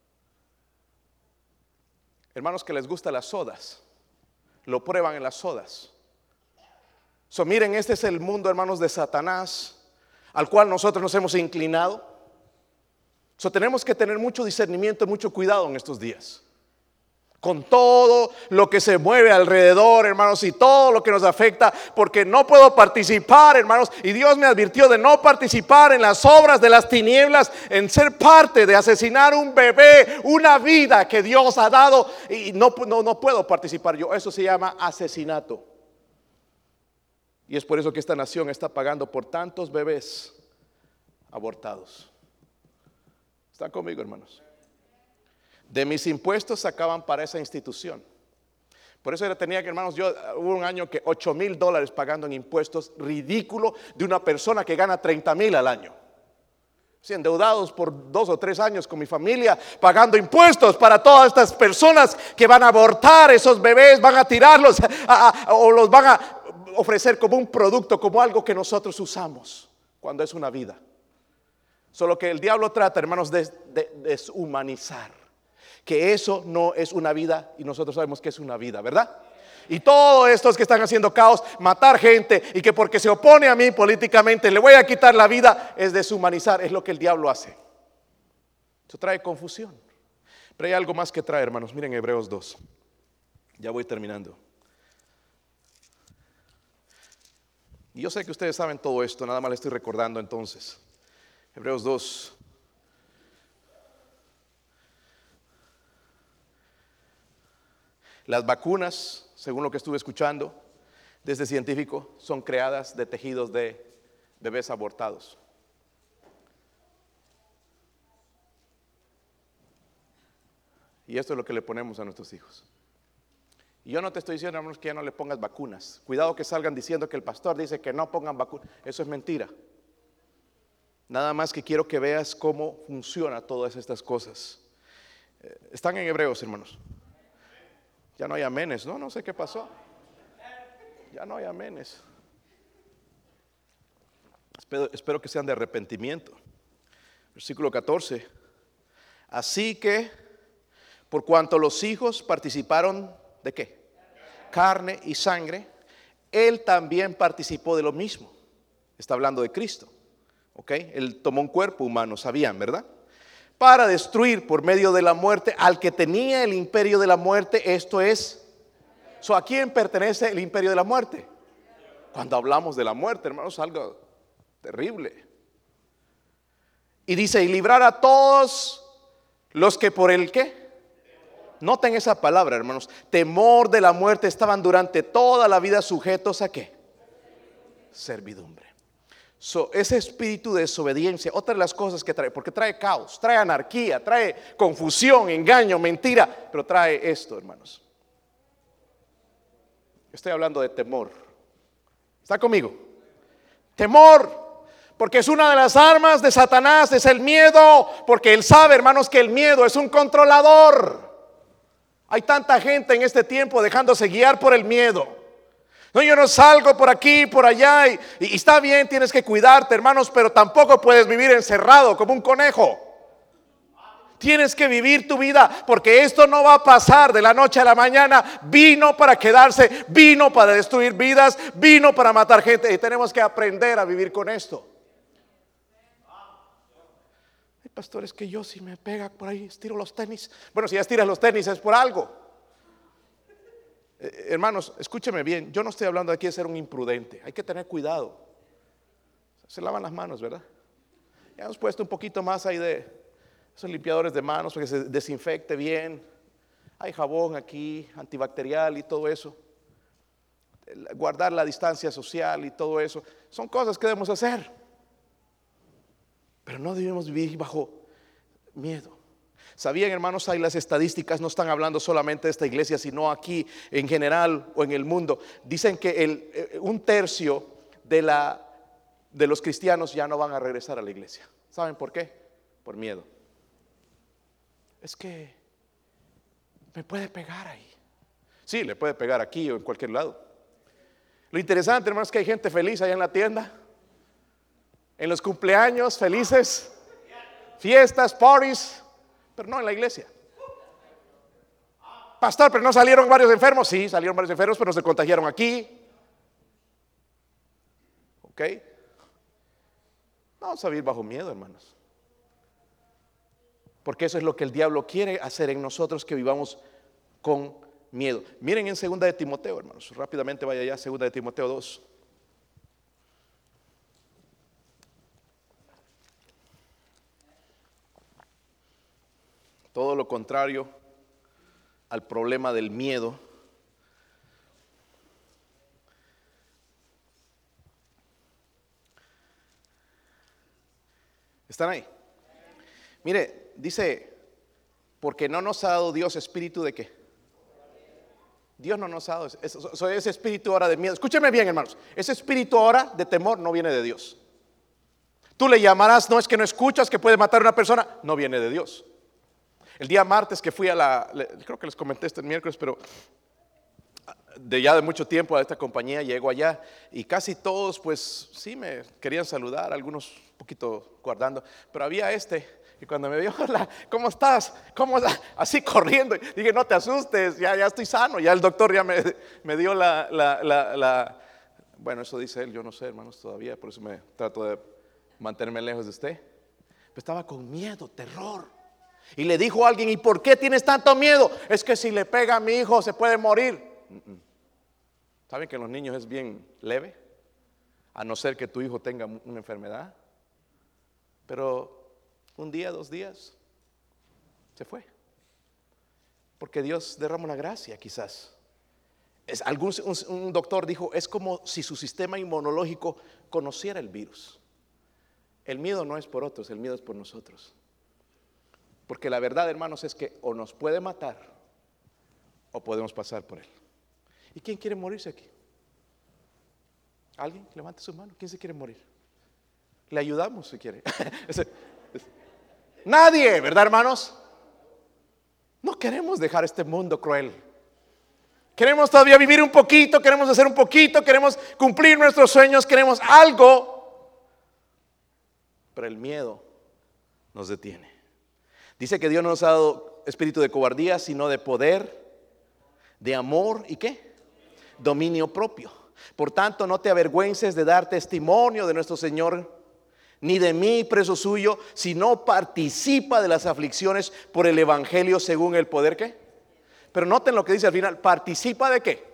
Hermanos que les gustan las sodas, lo prueban en las sodas. Miren, este es el mundo, hermanos, de Satanás, al cual nosotros nos hemos inclinado. Tenemos que tener mucho discernimiento, mucho cuidado en estos días. con todo lo que se mueve alrededor, hermanos, y todo lo que nos afecta, porque no puedo participar, hermanos, y Dios me advirtió de no participar en las obras de las tinieblas, en ser parte de asesinar un bebé, una vida que Dios ha dado, y no puedo participar yo. Eso se llama asesinato. Y es por eso que esta nación está pagando por tantos bebés abortados. ¿Están conmigo, hermanos? De mis impuestos sacaban para esa institución. Por eso tenía que, hermanos, hubo un año que $8,000 pagando en impuestos, ridículo, de una persona que gana 30,000 al año. Sí, endeudados por 2 o 3 años con mi familia, pagando impuestos para todas estas personas que van a abortar esos bebés, van a tirarlos o los van a ofrecer como un producto, como algo que nosotros usamos, cuando es una vida. Solo que el diablo trata, hermanos, de deshumanizar, que eso no es una vida, y nosotros sabemos que es una vida, ¿verdad? Y todos estos que están haciendo caos, matar gente, y que porque se opone a mí políticamente le voy a quitar la vida, es deshumanizar, es lo que el diablo hace. Eso trae confusión. Pero hay algo más que trae, hermanos. Miren Hebreos 2. Ya voy terminando. Y yo sé que ustedes saben todo esto, nada más les estoy recordando entonces. Hebreos 2. Las vacunas, según lo que estuve escuchando de este científico, son creadas de tejidos de bebés abortados. Y esto es lo que le ponemos a nuestros hijos. Y yo no te estoy diciendo, hermanos, que ya no le pongas vacunas. Cuidado que salgan diciendo que el pastor dice que no pongan vacunas. Eso es mentira. Nada más que quiero que veas cómo funciona todas estas cosas. Están en Hebreos, hermanos. Ya no hay amenes, no sé qué pasó. Ya no hay amenes. Espero que sean de arrepentimiento. Versículo 14. Así que, por cuanto los hijos participaron ¿de qué? Carne y sangre, Él también participó de lo mismo. Está hablando de Cristo. ¿Ok? Él tomó un cuerpo humano, sabían, ¿verdad? Para destruir por medio de la muerte al que tenía el imperio de la muerte, esto es. ¿A quién pertenece el imperio de la muerte? Cuando hablamos de la muerte, hermanos, algo terrible. Y dice, y librar a todos los que por el ¿qué? Noten esa palabra, hermanos. Temor de la muerte, estaban durante toda la vida sujetos ¿a qué? Servidumbre. Ese espíritu de desobediencia, otra de las cosas que trae, porque trae caos, trae anarquía, trae confusión, engaño, mentira, pero trae esto, hermanos. Estoy hablando de temor. ¿Está conmigo? Temor, porque es una de las armas de Satanás, es el miedo, porque él sabe, hermanos, que el miedo es un controlador. Hay tanta gente en este tiempo dejándose guiar por el miedo. No, yo no salgo por aquí, por allá, y está bien, tienes que cuidarte, hermanos, pero tampoco puedes vivir encerrado como un conejo. Tienes que vivir tu vida, porque esto no va a pasar de la noche a la mañana. Vino para quedarse, vino para destruir vidas, vino para matar gente, y tenemos que aprender a vivir con esto. Hay pastores que yo si me pega por ahí, estiro los tenis. Bueno, si ya estiras los tenis es por algo. Hermanos, escúcheme bien, yo no estoy hablando aquí de ser un imprudente, hay que tener cuidado. Se lavan las manos, ¿verdad? Ya hemos puesto un poquito más ahí de esos limpiadores de manos para que se desinfecte bien. Hay jabón aquí, antibacterial y todo eso. Guardar la distancia social y todo eso. Son cosas que debemos hacer. Pero no debemos vivir bajo miedo. ¿Sabían, hermanos? Hay las estadísticas, no están hablando solamente de esta iglesia, sino aquí en general o en el mundo. Dicen que un tercio de los cristianos ya no van a regresar a la iglesia. ¿Saben por qué? Por miedo. Es que me puede pegar ahí. Sí, le puede pegar aquí o en cualquier lado. Lo interesante, hermanos, es que hay gente feliz allá en la tienda, en los cumpleaños, felices, fiestas, parties, pero no en la iglesia. Pastor, pero no salieron varios enfermos. Sí, salieron varios enfermos, pero se contagiaron aquí. ¿Ok? No vamos a vivir bajo miedo, hermanos, porque eso es lo que el diablo quiere hacer en nosotros, que vivamos con miedo. Miren en 2 de Timoteo, hermanos. Rápidamente vaya allá, 2 de Timoteo 2. Todo lo contrario al problema del miedo. ¿Están ahí? Mire, dice, porque no nos ha dado Dios espíritu de qué. Dios no nos ha dado ese espíritu ahora de miedo. Escúcheme bien, hermanos. Ese espíritu ahora de temor no viene de Dios. Tú le llamarás, no es que no escuchas que puede matar a una persona, no viene de Dios. El día martes que fui creo que les comenté esto el miércoles, pero de mucho tiempo a esta compañía, llego allá y casi todos pues sí me querían saludar, algunos un poquito guardando, pero había y cuando me vio, hola, ¿cómo estás? ¿Cómo estás? Así corriendo, dije, no te asustes, ya estoy sano, ya el doctor ya me dio bueno, eso dice él, yo no sé, hermanos, todavía, por eso me trato de mantenerme lejos de usted. Pero estaba con miedo, terror. Y le dijo a alguien, ¿y por qué tienes tanto miedo? Es que si le pega a mi hijo se puede morir. ¿Saben que en los niños es bien leve? A no ser que tu hijo tenga una enfermedad. Pero un día, 2 días, se fue. Porque Dios derrama una gracia quizás. Un doctor dijo, es como si su sistema inmunológico conociera el virus. El miedo no es por otros, el miedo es por nosotros. Porque la verdad, hermanos, es que o nos puede matar o podemos pasar por él. ¿Y quién quiere morirse aquí? ¿Alguien? Levante su mano. ¿Quién se quiere morir? Le ayudamos si quiere. Nadie, ¿verdad, hermanos? No queremos dejar este mundo cruel. Queremos todavía vivir un poquito, queremos hacer un poquito, queremos cumplir nuestros sueños, queremos algo. Pero el miedo nos detiene. Dice que Dios no nos ha dado espíritu de cobardía, sino de poder, de amor y ¿qué? Dominio propio. Por tanto, no te avergüences de dar testimonio de nuestro Señor, ni de mí, preso suyo, sino participa de las aflicciones por el evangelio según el poder ¿qué? Pero noten lo que dice al final, participa de ¿qué?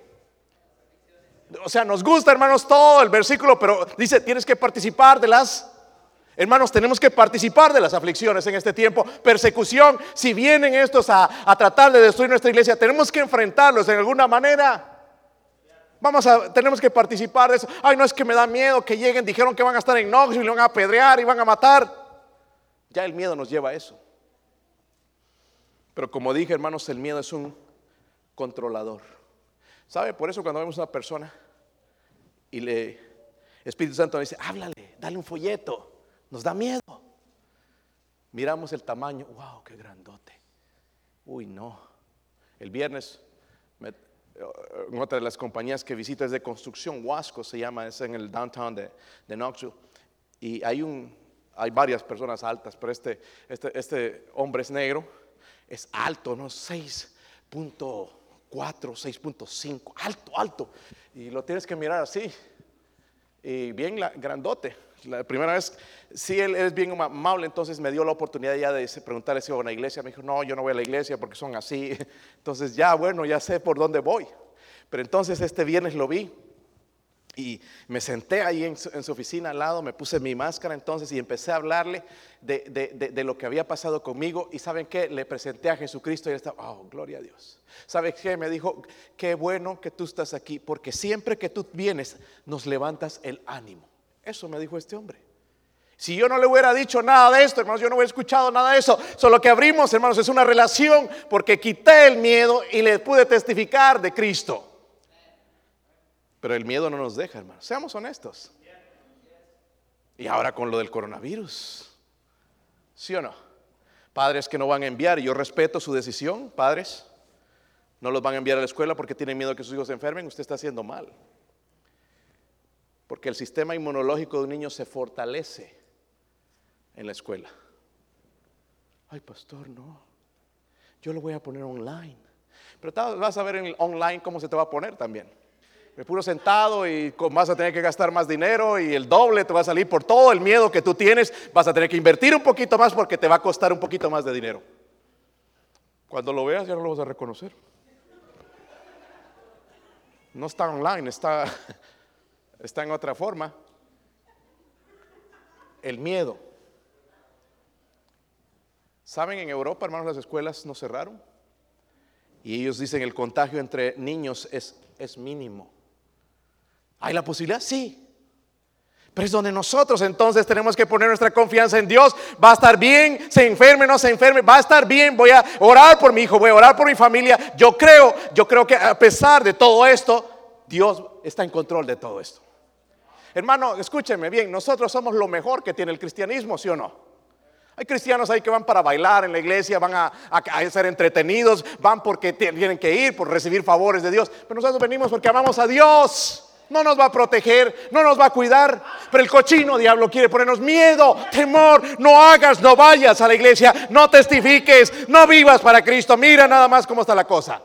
O sea, nos gusta, hermanos, todo el versículo, pero dice, tienes que participar de las... Hermanos, tenemos que participar de las aflicciones en este tiempo, persecución. Si vienen estos a tratar de destruir nuestra iglesia, tenemos que enfrentarlos de alguna manera. Tenemos que participar de eso. Ay, no, es que me da miedo que lleguen, dijeron que van a estar en Knoxville, van a apedrear y van a matar. Ya el miedo nos lleva a eso. Pero como dije, hermanos, el miedo es un controlador. ¿Sabe? Por eso cuando vemos a una persona y Espíritu Santo nos dice, háblale, dale un folleto. Nos da miedo. Miramos el tamaño. Wow, qué grandote. Uy, no. El viernes, en otra de las compañías que visito es de construcción, Wasco se llama, es en el downtown de Knoxville. Y hay varias personas altas, pero este hombre es negro, es alto, ¿no? 6.4, 6.5, alto. Y lo tienes que mirar así. Y bien grandote. La primera vez, sí, él es bien amable, entonces me dio la oportunidad ya de preguntarle si iba a una iglesia. Me dijo, no, yo no voy a la iglesia porque son así. Entonces ya sé por dónde voy. Pero entonces este viernes lo vi y me senté ahí en su oficina al lado, me puse mi máscara entonces y empecé a hablarle de lo que había pasado conmigo. Y ¿saben qué? Le presenté a Jesucristo y él estaba, oh, gloria a Dios. ¿Sabe qué? Me dijo, qué bueno que tú estás aquí, porque siempre que tú vienes nos levantas el ánimo. Eso me dijo este hombre. Si yo no le hubiera dicho nada de esto, hermanos, yo no hubiera escuchado nada de eso. Solo que abrimos, hermanos, es una relación, porque quité el miedo y le pude testificar de Cristo. Pero el miedo no nos deja, hermanos. Seamos honestos. Y ahora con lo del coronavirus, ¿sí o no? Padres que no van a enviar, y yo respeto su decisión, padres, no los van a enviar a la escuela porque tienen miedo que sus hijos se enfermen. Usted está haciendo mal. Porque el sistema inmunológico de un niño se fortalece en la escuela. Ay, pastor, no. Yo lo voy a poner online. Pero vas a ver en el online cómo se te va a poner también. Me puro sentado y vas a tener que gastar más dinero y el doble te va a salir por todo el miedo que tú tienes. Vas a tener que invertir un poquito más porque te va a costar un poquito más de dinero. Cuando lo veas ya no lo vas a reconocer. No está online, está en otra forma. El miedo. ¿Saben? En Europa, hermanos, las escuelas no cerraron. Y ellos dicen el contagio entre niños es mínimo. ¿Hay la posibilidad? Sí. Pero es donde nosotros entonces tenemos que poner nuestra confianza en Dios. Va a estar bien, se enferme, no se enferme, va a estar bien. Voy a orar por mi hijo, voy a orar por mi familia. Yo creo que a pesar de todo esto, Dios está en control de todo esto. Hermano, escúchenme bien, nosotros somos lo mejor que tiene el cristianismo, ¿sí o no? Hay cristianos ahí que van para bailar en la iglesia, van a ser entretenidos, van porque tienen que ir, por recibir favores de Dios. Pero nosotros venimos porque amamos a Dios. No nos va a proteger, no nos va a cuidar. Pero el cochino diablo quiere ponernos miedo, temor. No hagas, no vayas a la iglesia, no testifiques, no vivas para Cristo. Mira nada más cómo está la cosa.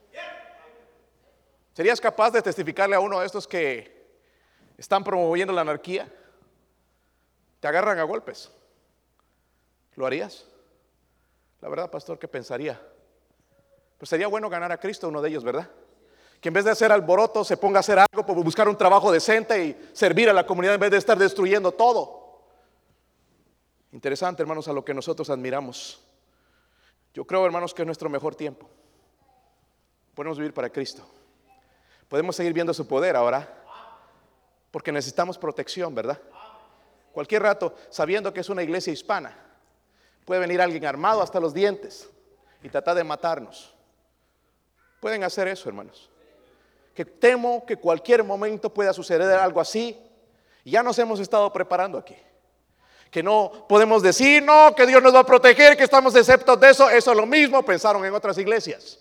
¿Serías capaz de testificarle a uno de estos que están promoviendo la anarquía? Te agarran a golpes. ¿Lo harías? La verdad, pastor, ¿qué pensaría? Pues sería bueno ganar a Cristo, uno de ellos, ¿verdad? Que en vez de hacer alboroto se ponga a hacer algo, por buscar un trabajo decente y servir a la comunidad en vez de estar destruyendo todo. Interesante, hermanos, a lo que nosotros admiramos. Yo creo, hermanos, que es nuestro mejor tiempo. Podemos vivir para Cristo. Podemos seguir viendo su poder ahora, porque necesitamos protección, ¿verdad? Cualquier rato, sabiendo que es una iglesia hispana, puede venir alguien armado hasta los dientes y tratar de matarnos. Pueden hacer eso, hermanos. Que temo que cualquier momento pueda suceder algo así. Y ya nos hemos estado preparando aquí. Que no podemos decir, no, que Dios nos va a proteger, que estamos exceptos de eso. Eso es lo mismo, pensaron en otras iglesias.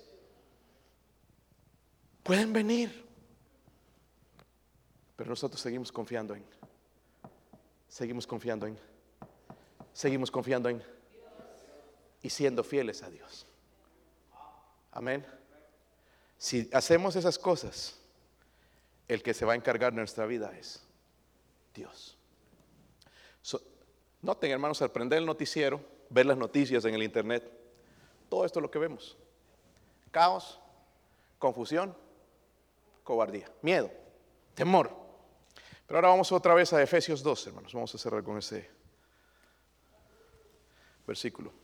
Pueden venir. Pero nosotros seguimos confiando en y siendo fieles a Dios. Amén. Si hacemos esas cosas, el que se va a encargar de nuestra vida es Dios. Noten, hermanos, al prender el noticiero, ver las noticias en el internet, todo esto es lo que vemos: caos, confusión, cobardía, miedo, temor. Pero ahora vamos otra vez a Efesios 2, hermanos. Vamos a cerrar con ese versículo.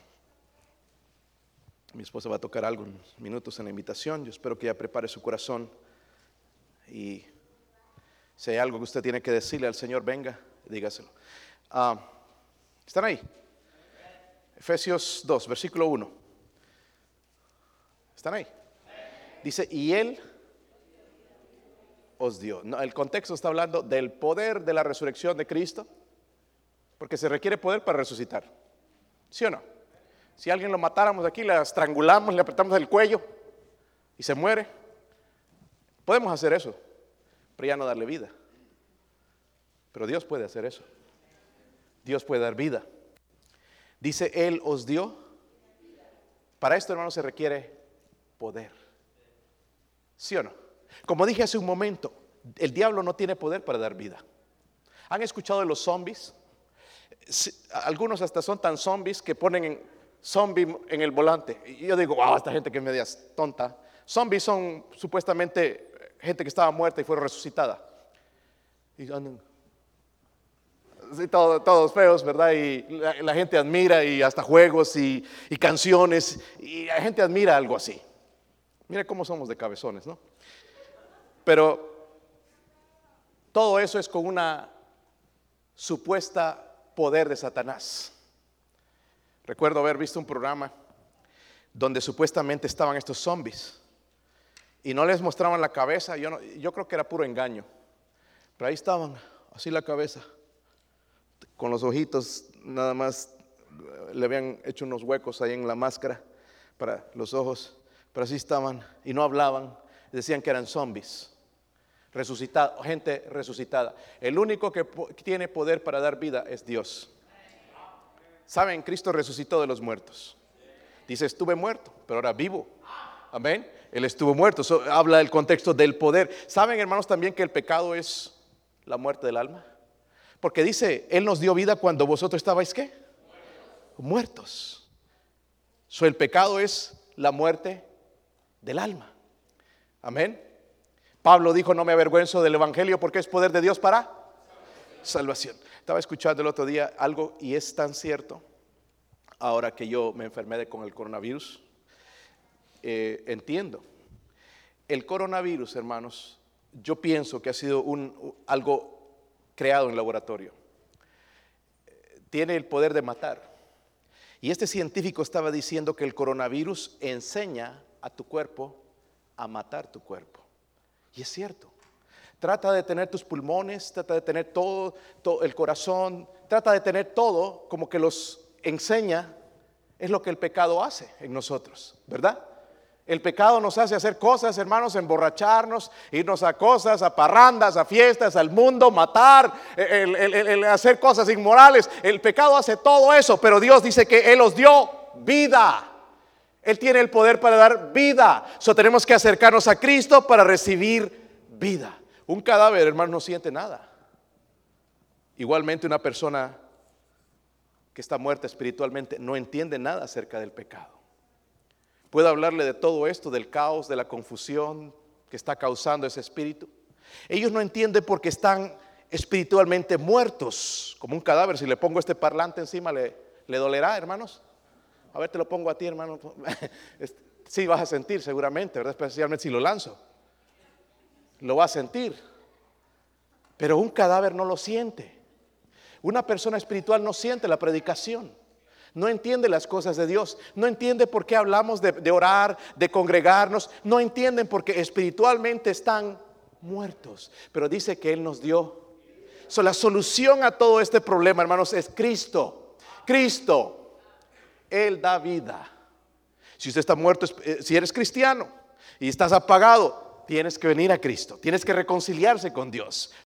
Mi esposa va a tocar algo en minutos en la invitación. Yo espero que ella prepare su corazón. Y si hay algo que usted tiene que decirle al Señor, venga, dígaselo. ¿Están ahí? Efesios 2, versículo 1. ¿Están ahí? Dice, y Él os dio. No, el contexto está hablando del poder de la resurrección de Cristo, porque se requiere poder para resucitar. ¿Sí o no? Si alguien lo matáramos aquí, le estrangulamos, le apretamos el cuello y se muere, podemos hacer eso, pero ya no darle vida. Pero Dios puede hacer eso. Dios puede dar vida. Dice, Él os dio. Para esto, hermanos, se requiere poder. ¿Sí o no? Como dije hace un momento, el diablo no tiene poder para dar vida. ¿Han escuchado de los zombies? Algunos hasta son tan zombies que ponen zombie en el volante. Y yo digo, wow, esta gente que es media tonta. Zombies son supuestamente gente que estaba muerta y fue resucitada. Y andan así, todos feos, ¿verdad? Y la gente admira, y hasta juegos y canciones. Y la gente admira algo así. Mira cómo somos de cabezones, ¿no? Pero todo eso es con una supuesta poder de Satanás. Recuerdo haber visto un programa donde supuestamente estaban estos zombies y no les mostraban la cabeza. Yo creo que era puro engaño, pero ahí estaban, así la cabeza, con los ojitos nada más. Le habían hecho unos huecos ahí en la máscara para los ojos, pero así estaban y no hablaban. Decían que eran zombies resucitados, gente resucitada. El único que tiene poder para dar vida es Dios. ¿Saben? Cristo resucitó de los muertos. Dice, estuve muerto, pero ahora vivo. Amén. Él estuvo muerto. Eso habla del contexto del poder. ¿Saben, hermanos, también que el pecado es la muerte del alma? Porque dice, Él nos dio vida cuando vosotros estabais, ¿qué? Muertos. El pecado es la muerte del alma. Amén. Pablo dijo, no me avergüenzo del evangelio porque es poder de Dios para salvación. Estaba escuchando el otro día algo y es tan cierto. Ahora que yo me enfermé con el coronavirus, entiendo. El coronavirus, hermanos, yo pienso que ha sido algo creado en laboratorio. Tiene el poder de matar. Y este científico estaba diciendo que el coronavirus enseña a tu cuerpo a matar tu cuerpo. Y es cierto. Trata de tener tus pulmones, trata de tener todo el corazón, trata de tener todo como que los enseña. Es lo que el pecado hace en nosotros, ¿verdad? El pecado nos hace hacer cosas, hermanos, emborracharnos, irnos a cosas, a parrandas, a fiestas, al mundo, matar, el hacer cosas inmorales. El pecado hace todo eso, pero Dios dice que Él os dio vida. Él tiene el poder para dar vida. Tenemos que acercarnos a Cristo para recibir vida. Un cadáver, hermano, no siente nada. Igualmente una persona que está muerta espiritualmente no entiende nada acerca del pecado. Puedo hablarle de todo esto, del caos, de la confusión que está causando ese espíritu. Ellos no entienden porque están espiritualmente muertos, como un cadáver. Si le pongo este parlante encima, ¿le dolerá, hermanos? A ver, te lo pongo a ti, hermano. Sí, vas a sentir seguramente, ¿verdad? Especialmente si lo lanzo. Lo va a sentir. Pero un cadáver no lo siente. Una persona espiritual no siente la predicación. No entiende las cosas de Dios. No entiende por qué hablamos de orar, de congregarnos. No entienden porque espiritualmente están muertos. Pero dice que Él nos dio. La solución a todo este problema, hermanos, es Cristo. Cristo. Él da vida. Si usted está muerto, si eres cristiano y estás apagado, tienes que venir a Cristo. Tienes que reconciliarse con Dios.